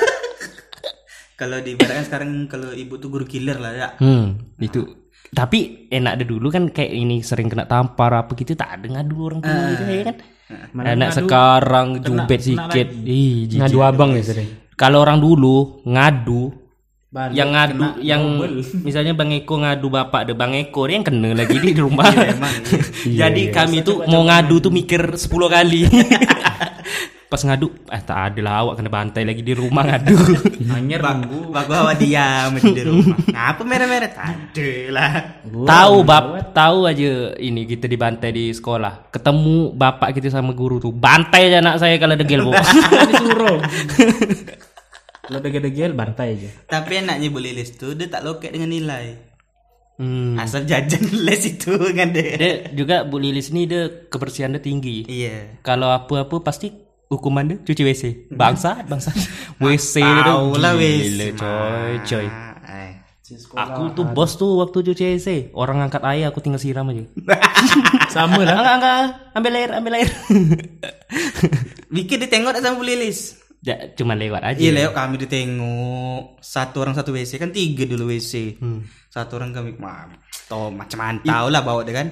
Kalau diibaratkan sekarang kalau ibu tuh guru killer lah ya. Itu. Tapi enak deh dulu kan kayak ini sering kena tampar apa gitu tak ada ngadu orang tua gitu ya kan. Anak sekarang jubet sikit. Ngadu abang ya sering. Kalau orang dulu ngadu Balik, yang ngadu yang misalnya Bang Eko ngadu bapak deh Bang Eko dia yang kena lagi di rumah. Jadi kami tuh mau ngadu tuh mikir 10 kali. Pas ngadu tak ada lah awak kena bantai lagi di rumah ngadu. Anyer nunggu. Bawa diam di rumah. Ngapa merah-merah? Ada lah. Tahu aja ini kita dibantai di sekolah. Ketemu bapak kita sama guru tuh bantai aja anak saya kalau degel bu. Disuruh. Kalau degel bantai aja. Tapi enaknya Bu Lilis tuh dia tak loket dengan nilai. Asal jajan les itu kan Dia juga Bu Lilis ini dia kebersihan dia tinggi. Iya. Kalau apa-apa pasti hukuman dia cuci WC. Bangsa. WC dia lah gila coy. Aku tuh bos tuh waktu cuci WC. Orang angkat air aku tinggal siram aja. Sama lah. Enggak. Ambil air. Bikin ditengok tak sama Bu Lilis? Ya, cuma lewat aja. Iya lewat kami ditengok. Satu orang satu WC kan 3 dulu WC. Satu orang kami macam mantau lah bawa dia kan.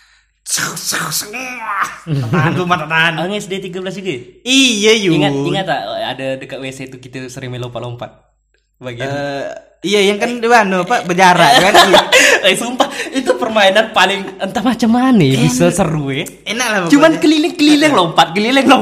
Tahan. Ang SD 13 juga. Iya yuk. Ingat tak ada dekat WC itu kita sering melompat-lompat. Bagian. Iya yang kan Pak berjarak kan. Sumpah itu permainan paling entah macam mana bisa seru ya. Enak lah. Cuman keliling lompat.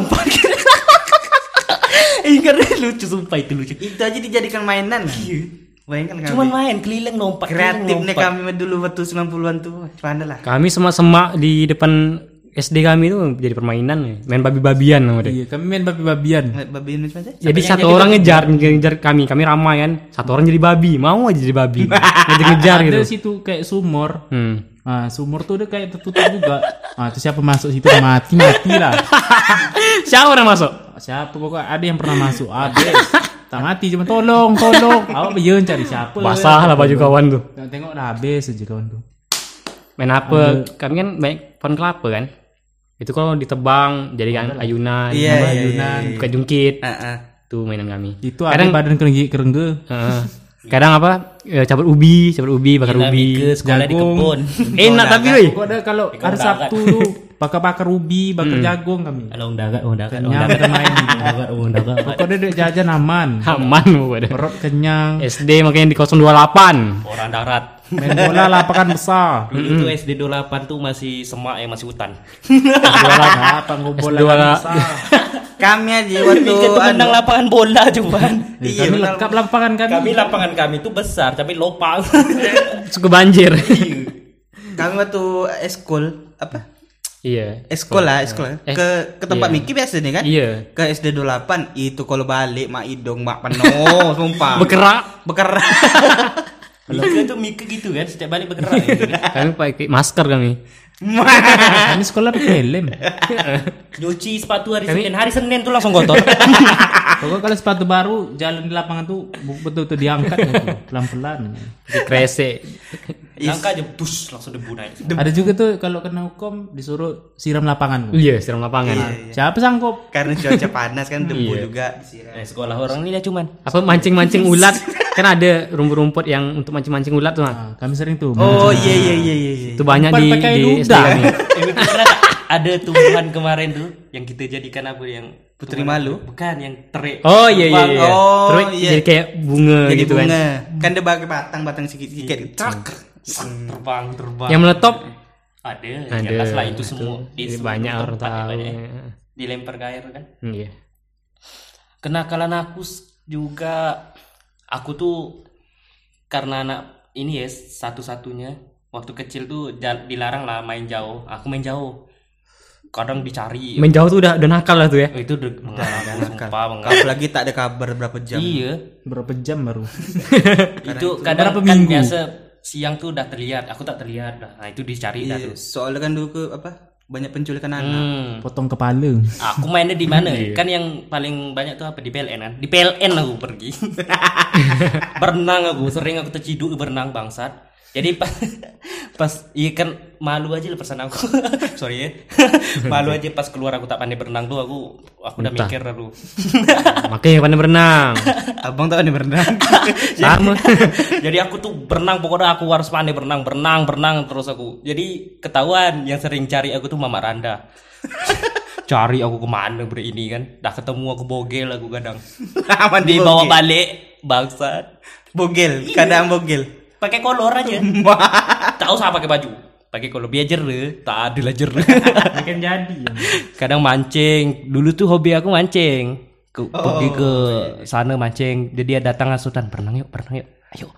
Ingat lucu sumpah itu lucu. Itu aja dijadikan mainan. Bayangkan kami. Cuman main keliling lompat. Kreatifnya kami dulu waktu 90-an tuh. Mana lah. Kami semak di depan SD kami tuh jadi permainan ya. Main babi-babian sama dia. Iya, kami main babi-babian. Babi macam mana? Jadi satu orang ngejar kami ramai kan. Satu orang jadi babi, mau aja jadi babi. Ngejar gitu. Ada situ kayak sumur. Nah, sumur tuh udah kayak tertutup juga. Itu siapa masuk situ mati lah. Siapa orang masuk? Siapa pokoknya ada yang pernah masuk. Ada. Tak mati cuma tolong. Awak biar cari siapa. Basah lah baju kawan tuh. Tengok dah habis aja kawan tuh. Main apa? Kami kan banyak pohon kelapa kan. Itu kalau ditebang jadi kan ayunan, ayunan, buka jungkit. Tuh mainan kami. Itu ada badan kerengge. Kadang apa? Cabut ubi, bakar ubi. Ke sekolah di kebun. Enak tapi weh. Pokoknya kalau hari Sabtu tuh bakar ubi, bakar jagung kami. Kalau undakan. Main. Pokoknya dia jajan aman. Pokoknya. Perut kenyang. SD makanya di 028. Orang darat. Main bola lapangan besar. Dulu tuh SD 28 tuh masih semak masih hutan. Bola besar. Kami aja waktu menang lapangan bola cuman. Iya, kami lengkap lapangan kami. Lapangan kami tuh besar tapi lopang. Suka banjir. Kami waktu eskul apa? Iya. Eskul ke tempat Miki biasa nih kan? Iya. Ke SD 28 itu kalau balik mak idong mak penuh sumpah. Berkerak. Mika gitu kan setiap balik bergerak gitu kan. Kami pakai masker kami. Kami sekolah pakai helm. Nyuci sepatu hari Senin tuh langsung kotor. Pokoknya kalau sepatu baru jalan di lapangan tuh betul-betul diangkat gitu, pelan-pelan. Dikresek. Langkah aja bus langsung debu naik. Ada juga tuh kalau kena hukum disuruh siram lapangan. Iya, siram lapangan. Siapa sanggup? Karena cuaca panas kan debu juga disiram. Sekolah orang ini ya cuman. Apa mancing-mancing ulat? Kan ada rumput-rumput yang untuk mancing-mancing ulat tuh. Kami sering tuh. Oh iya. Itu banyak di SD kami. Ada tumbuhan kemarin tuh yang kita jadikan apa yang Putri Malu. Bukan yang terik. Oh iya iya iya. Oh, Terus iya. jadi kayak bunga Jadi gitu bunga. kan. Kan dia pakai batang sikit-sikit. Trak. Terbang. Yang meletop Ada. ada. Jelas lah itu semua. Jadi Di banyak seluruh orang tempat tahu. banyak. Dilempar ke air kan. Iya. Kenakalan aku juga, aku tuh karena anak ini ya satu-satunya waktu kecil tuh dilarang lah main jauh. Aku main jauh. Kadang dicari. Main jauh tuh udah nakal lah tuh ya. Oh, itu udah sumpah banget. Apalagi tak ada kabar berapa jam. Iya. Berapa jam baru? Itu kadang berapa kan minggu? biasa siang tuh udah terlihat, aku tak terlihat. Nah, itu dicari dah Iya, tuh. soalnya kan dulu banyak penculikan anak. Potong kepala. Aku mainnya di mana? Kan yang paling banyak tuh apa di PLN kan? Di PLN aku pergi. Berenang aku, sering aku terciduk berenang bangsat. Jadi pas iya kan malu aja lah perasaan aku. Sorry ya. Malu aja pas keluar aku tak pandai berenang tuh aku udah mikir dulu. Makanya pandai berenang. Abang tak ada berenang. Sama. Jadi aku tuh berenang, pokoknya aku harus pandai berenang terus aku. Jadi ketahuan yang sering cari aku tuh Mama Randa. Cari aku kemana bre ini kan? Dah ketemu aku bogel aku kadang. Aman Dibawa balik bangsat. Bogel, kadang bogel. Pakai kolor aja. Tak usah pakai baju. Pakai kolor biar jere, tak ada lah jere. Makin jadi. Ya. Kadang mancing. Dulu tuh hobi aku mancing. Pergi ke sana mancing. Jadi dia datang asutan, berenang yuk. Ayo.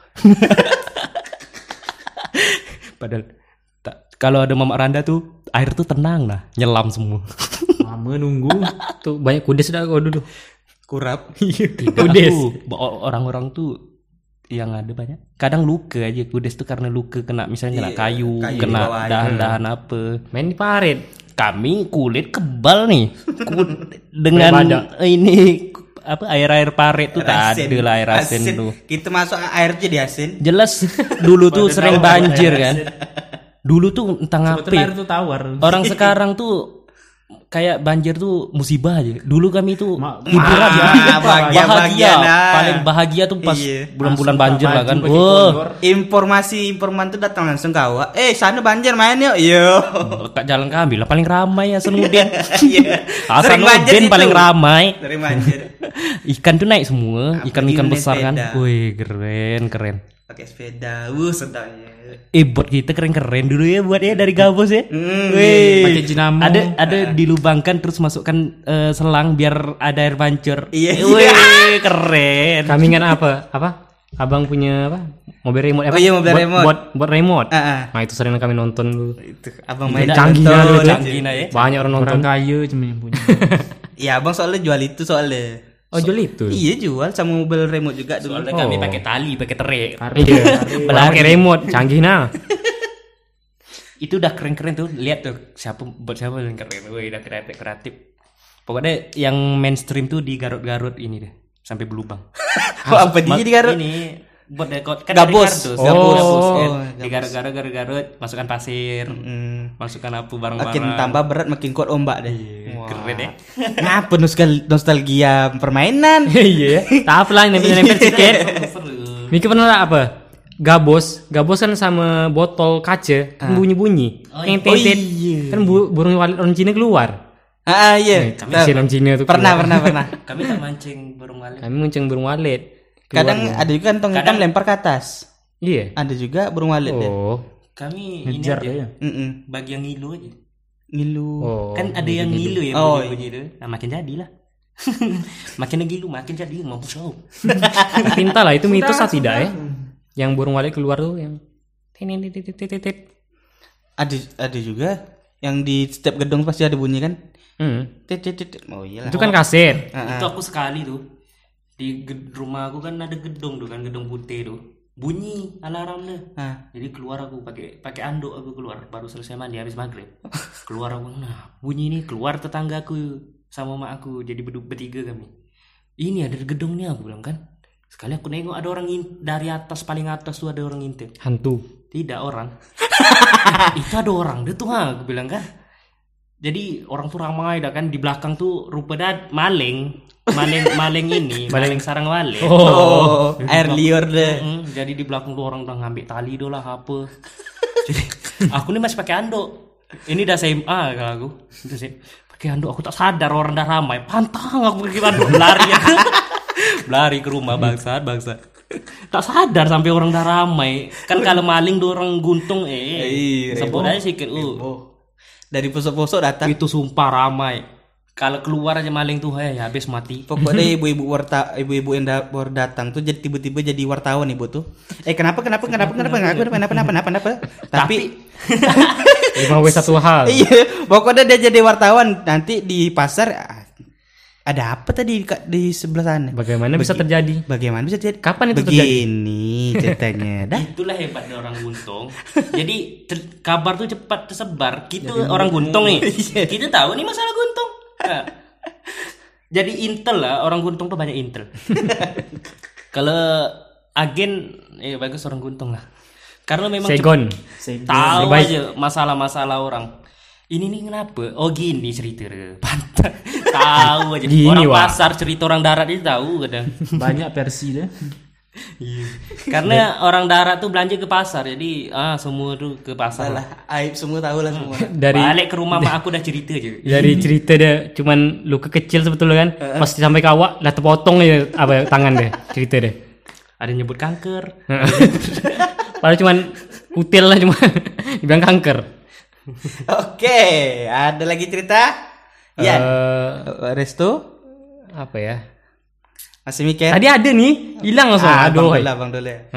Padahal kalau ada Mama Randa tuh air tuh tenang lah, nyelam semua. Lama nunggu. Tuh banyak kudes dah gua dulu. Kurap. Kudes. Orang-orang tuh yang ada banyak. Kadang luka aja kudes tuh karena luka kena misalnya kena kayu kayu kena di bawah dahan-dahan apa. Main di parit. Kami kulit kebal nih. Dengan ini apa air parit tuh tak ada lah air asin tuh. Kita masuk air jadi asin. Jelas dulu tuh sering banjir kan. Dulu tuh entah Sebetulnya air ngapain. tuh tawar. Orang sekarang tuh kayak banjir tuh musibah aja. Dulu kami tuh hiburan ya. bahagia, nah. Paling bahagia tuh pas Iya. bulan-bulan banjir lah kan. Pakai Wah, kolor. Informan tuh datang langsung ke awak. Sana banjir main yuk. Yo. Kak jalan kami lah paling ramai ya Hasanuddin. Iya. Sering banjir Hasanuddin situ. paling ramai. Dari banjir. Ikan tuh naik semua, ikan-ikan naik besar kan. sepeda. Wih, keren. Pakai sepeda. Sedapnya. Buat kita keren-keren dulu ya buat ya dari Gabos ya. Pakai jinamo. Ada dilubangkan terus masukkan selang biar ada air mancur. Iya. Wih, keren. Kami ingat apa? Abang punya apa? Mobil remote apa? Oh iya, mobil remote. Buat remote. Ah. Nah, itu sering kami nonton dulu. Itu abang main Canggihnya nonton. dulu. Canggih nah ya. Banyak orang nonton. Orang kaya cuma yang punya. Iya, abang soalnya jual itu soalnya. Oh, jual itu. Iya, jual sama mobil remote juga dulu. Soalnya kami pakai tali, pakai terik. Iya. Pakai remote, canggih nah. Itu udah keren-keren tuh. Lihat tuh siapa yang keren. Wih, udah kreatif. Pokoknya yang mainstream tuh di Garut-Garut ini deh. Sampai berlubang. Apa dia di Garut? Ini buat kan Gabos. dari kardus. Gabos. Gabos, kan. Oh, Di Garut, masukkan pasir. Masukkan apa barang-barang. Makin tambah berat makin kuat ombak deh. Keren ya. Kenapa nostalgia permainan? Iya. Tak apa lah nempel-nempel sedikit. Miki pernah lah apa? Gabos kan sama botol kaca kan bunyi-bunyi. Tet. Kan burung walet orang Cina keluar. Iya. Kami orang Cina tuh. Pernah. Kami tak mancing burung walet. Kami muncung burung walet. Kadang ada juga kantong hitam lempar ke atas. Iya. Ada juga burung walet deh. Oh. Kami ini Ngejar aja. ya. Bagi yang ngilu aja. Ngilu. Oh. Kan ada yang ngilu ya Oh, bunyi-bunyi itu. Nah, makin jadilah. Makin ngilu makin jadi mau show. Tapi entahlah itu mitos atau tidak ya? Yang burung walet keluar tuh yang tet. Ada juga yang di setiap gedung pasti ada bunyi kan? Tet. Oh iyalah. Itu kan kaset. Itu aku sekali tuh. Di rumah aku kan ada gedung tuh kan, gedung putih tuh. Bunyi alarmnya. Jadi keluar aku pakai anduk aku keluar baru selesai mandi habis maghrib. Keluar aku bunyi ini keluar tetanggaku sama mak aku jadi bertiga kami. Ini ada gedungnya aku bilang kan. Sekali aku nengok ada orang dari atas paling atas tuh ada orang ngintip. Hantu. Tidak orang. Itu ada orang dia tuh aku bilang kan. Jadi orang tuh ramai dah kan di belakang tuh rupa maling ini, maling sarang walet. Oh, air liur deh. Jadi di belakang tuh orang udah ngambil tali doh lah apa. Jadi aku nih masih pakai anduk. Ini udah SMA kalau aku. Itu sih pakai handuk, aku tak sadar orang dah ramai, pantang aku pakai handuk, lari aku. Lari ke rumah bangsat. Tak sadar sampai orang dah ramai. Kan kalau maling tuh orang guntung sebut aja sikit. Dari posok-posok datang. Itu sumpah ramai. Kalau keluar aja maling tuh habis mati. Pokoknya ibu-ibu yang baru datang tuh jadi tiba-tiba jadi wartawan ibu tuh. Kenapa? Tapi 5W1H. Iya, pokoknya dia jadi wartawan nanti di pasar. Ada apa tadi di sebelah sana? Bagaimana bisa terjadi? Kapan itu terjadi? Begini ceritanya. Itulah hebatnya orang guntung. Jadi kabar tuh cepat tersebar. Kita orang guntung nih. Kita tahu nih masalah guntung. Nah, jadi intel lah, orang guntung tuh banyak intel. Kalau agen bagus orang guntung lah. Karena memang Segon. Tahu aja masalah-masalah orang. Ini nih kenapa? Oh gini cerita pantai. Tahu aja. Gini, orang Wak. pasar cerita orang darat itu tahu kadang. Banyak versi deh. Iya. Karena orang darat tuh belanja ke pasar. Jadi semua tuh ke pasar. Salah, aib semua tahu lah semua. Balik ke rumah mak aku udah cerita aja. Dari cerita dia cuman luka kecil sebetulnya kan. Pas sampai ke awak dah terpotong aja tangan deh cerita deh. Ada nyebut kanker. Padahal cuman kutil lah cuma dibilang kanker. Oke, ada lagi cerita? Ya. Resto? Apa ya? Masih mikir? Tadi ada nih, hilang langsung. Aduh. Bang dulu ya.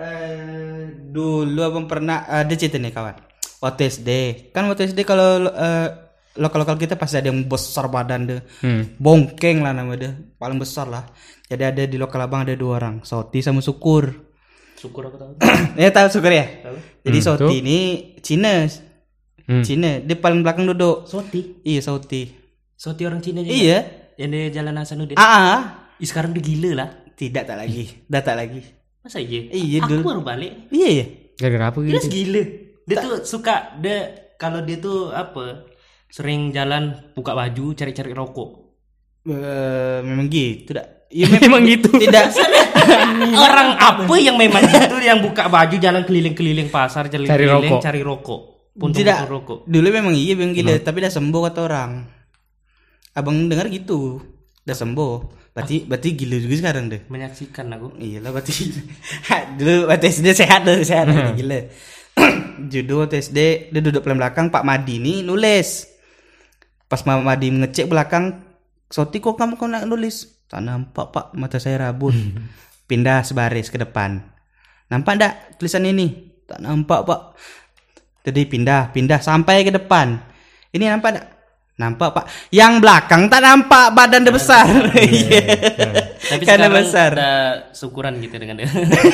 Dulu abang pernah ada cerita nih kawan. Waktu SD, kan waktu SD kalau lokal kita pasti ada yang besar badan deh, bongkeng lah nama dia, paling besar lah. Jadi ada di lokal abang ada 2 orang, Soti sama Syukur. Syukur aku tahu. Ya tahu Syukur ya. Tahu. Jadi Soti tuh. ini Cina, dia paling belakang duduk. Soti. Iya Soti. Soti orang Cina juga. Iya. Yang di Jalan Hasanuddin. Sekarang Udah gila lah. tidak tak lagi. Masa iya? Iya, Aku dulu. baru balik. Iya ya. Gara-gara apa Dia gitu? gila. Dia tuh suka kalau dia tuh sering jalan buka baju cari-cari rokok. Memang gitu dah. Ya, Memang gitu. Tidak. Orang apa yang memang itu yang buka baju jalan keliling-keliling pasar keliling cari rokok. Puntung Tidak. rokok. Dulu memang iya memang gila, tapi dah sembuh kata orang. Abang dengar gitu. Dah sembuh. Berarti gila juga sekarang deh. Menyaksikan aku. Iyalah berarti. Dulu waktu SD sehat gila. Judul waktu SD dia duduk paling belakang, Pak Madi nih nulis. Pas Pak Madi ngecek belakang, Soti kok kamu nak nulis? Tak nampak Pak, mata saya rabun. Pindah sebaris ke depan. Nampak enggak tulisan ini? Tak nampak Pak. Jadi pindah sampai ke depan. Ini nampak enggak? Nampak Pak. Yang belakang tak nampak, badan dia besar. Iya. Tapi Karena sekarang besar. udah syukuran gitu dengan dia.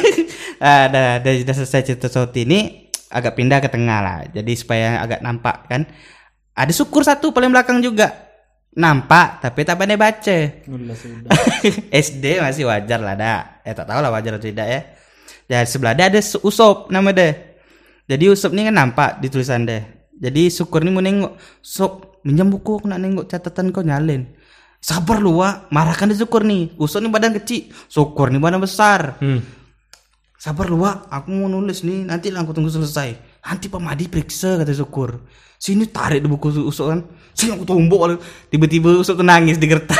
Udah selesai cerita Soti ini agak pindah ke tengah lah. Jadi supaya agak nampak kan. Ada Syukur satu paling belakang juga. Nampak tapi tak pandai baca. SD masih wajar lah dah. Tak tahu lah wajar atau tidak ya. Dan sebelah dia ada Usop nama dia. Jadi Usop ni kan nampak di tulisan dia. Jadi Syukur ni mau nengok, Sob minjam buku aku nak nengok catatan kau nyalin. Sabar lu Wak, marahkan dia Syukur ni. Usop ni badan kecil, Syukur ni badan besar. Sabar lu Wak, aku mau nulis nih, nanti lah aku tunggu selesai. Nanti Pak Madi periksa kata Syukur. Sini tarik di buku Usop kan. Sini aku tumbuk. Tiba-tiba Usop tu nangis di kertas.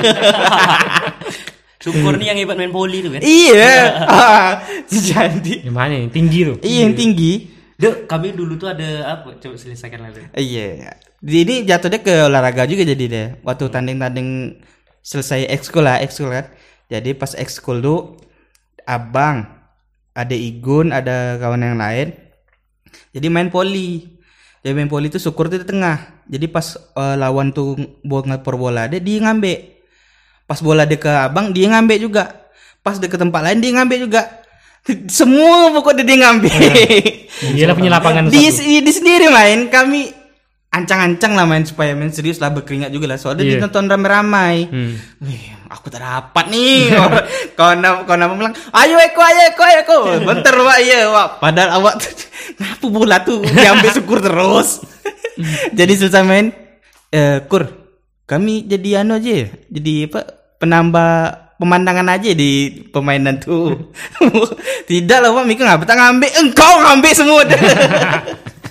Syukur nih yang hebat main poli tuh kan. Iya. Jadi Yang mana yang tinggi tuh? iya yang tinggi. Dek, kami dulu tuh ada apa? Coba selesaikan lagi. Iya. Ini jatuhnya ke olahraga juga jadi deh. Waktu tanding-tanding selesai ekskul kan. Jadi pas ekskul tuh abang, ada Igun, ada kawan yang lain. Jadi main poli. Jadi main poli tuh Syukur tuh di tengah. Jadi pas lawan tuh ngepor bola dia ngambil. Pas bola dia ke abang dia ngambil juga. Pas dia ke tempat lain dia ngambil juga. Semua pokoknya dia ngambil. Dialah punya lapangan Di satu. sendiri main kami ancang-ancang lah main supaya main serius lah, berkeringat juga lah soalnya ditonton ramai-ramai. Wih, aku tak dapat nih. Kawan bilang ayo Eko bentar Wak Wak. Padahal awak ngapa bola tuh diambil Syukur terus. Jadi susah main. Kur kami jadi aja jadi apa penambah pemandangan aja di permainan tuh. Tidak lah Wak, Mika ngapa tak ngambil, engkau ngambil semua.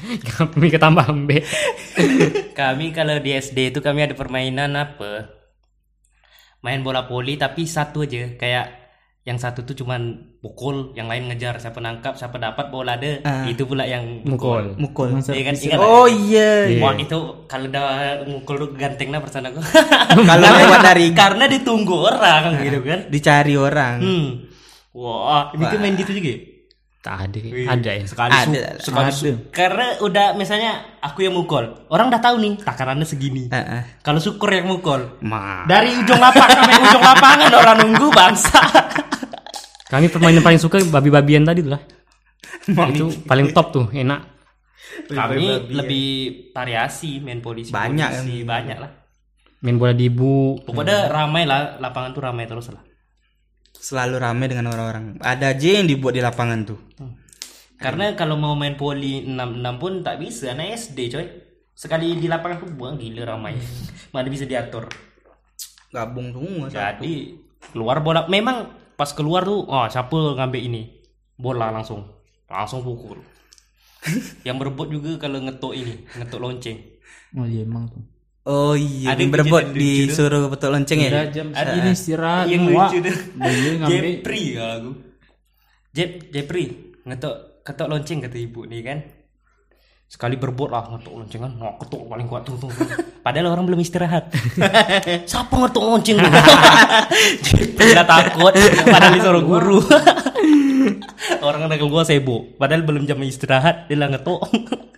Kami ketambah B. Kami kalau di SD itu kami ada permainan apa? Main bola voli tapi satu aja. Kayak yang satu tuh cuman pukul, yang lain ngejar, siapa nangkap, siapa dapat bola ada. Itu pula yang Mukul. Iya kan? Ingat Oh iya. Wah itu kalau udah mukul tuh ganteng lah perasaan aku. Kalau lewat dari Karena ditunggu orang gitu kan. dicari orang. Wah, ini tuh main gitu juga ya? Tak ada. Ada ya. Sekali karena udah misalnya aku yang mukul, orang udah tahu nih takarannya segini. Kalau syukur yang mukul, dari ujung lapangan sampai ujung lapangan orang nunggu bangsa. Kami permainan paling suka babi-babian tadi tuh lah. Itu paling top tuh, enak. Kami lebih variasi main polisi. Banyak banyak lah. Main bola dibu. Pokoknya ramai lah, lapangan tuh ramai terus lah. Selalu ramai dengan orang-orang. Ada aja yang dibuat di lapangan tuh. Karena kalau mau main poli 6-6 pun tak bisa, anak SD coy. Sekali di lapangan tuh buang gila ramai. Mana bisa diatur. Gabung semua. Jadi keluar bola. Memang pas keluar tuh, siapa ngambil ini? Bola langsung pukul. Yang berebut juga kalau ngetok lonceng. Oh iya emang tuh. Oh iya, Ada berebut kejadian disuruh betul lonceng ya. Udah jam ini istirahat. Yang Wak. lucu deh. Dia ngambil. Jepri ya aku. Jepri ketok lonceng kata ibu nih kan. Sekali berebut lah ngetok lonceng kan. Ketok paling kuat tuh. Padahal orang belum istirahat. Siapa ngetok lonceng? Jepri udah takut. Padahal disuruh guru. Orang udah gua sibuk. Padahal belum jam istirahat dia lah ngetok.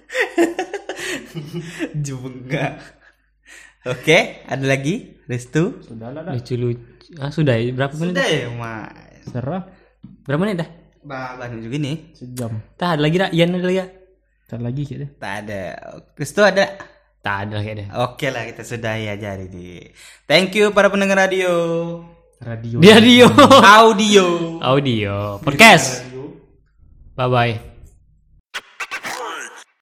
Juga. Oke, ada lagi? Restu? Sudahlah dah. Lucu-lucu. Sudah ya? Berapa menit? Sudah ya, Mas. Serah. Berapa menit dah? Banyak juga nih. Sejam. Tak ada lagi dah. Ian ada lagi dah? Ntar lagi kayaknya. Tak ada. Restu ada? Tak ada kayaknya. Oke lah, kita sudahi aja hari ini. Thank you para pendengar radio. Radio. Dia Dio. Audio. Audio. Podcast. Bye bye.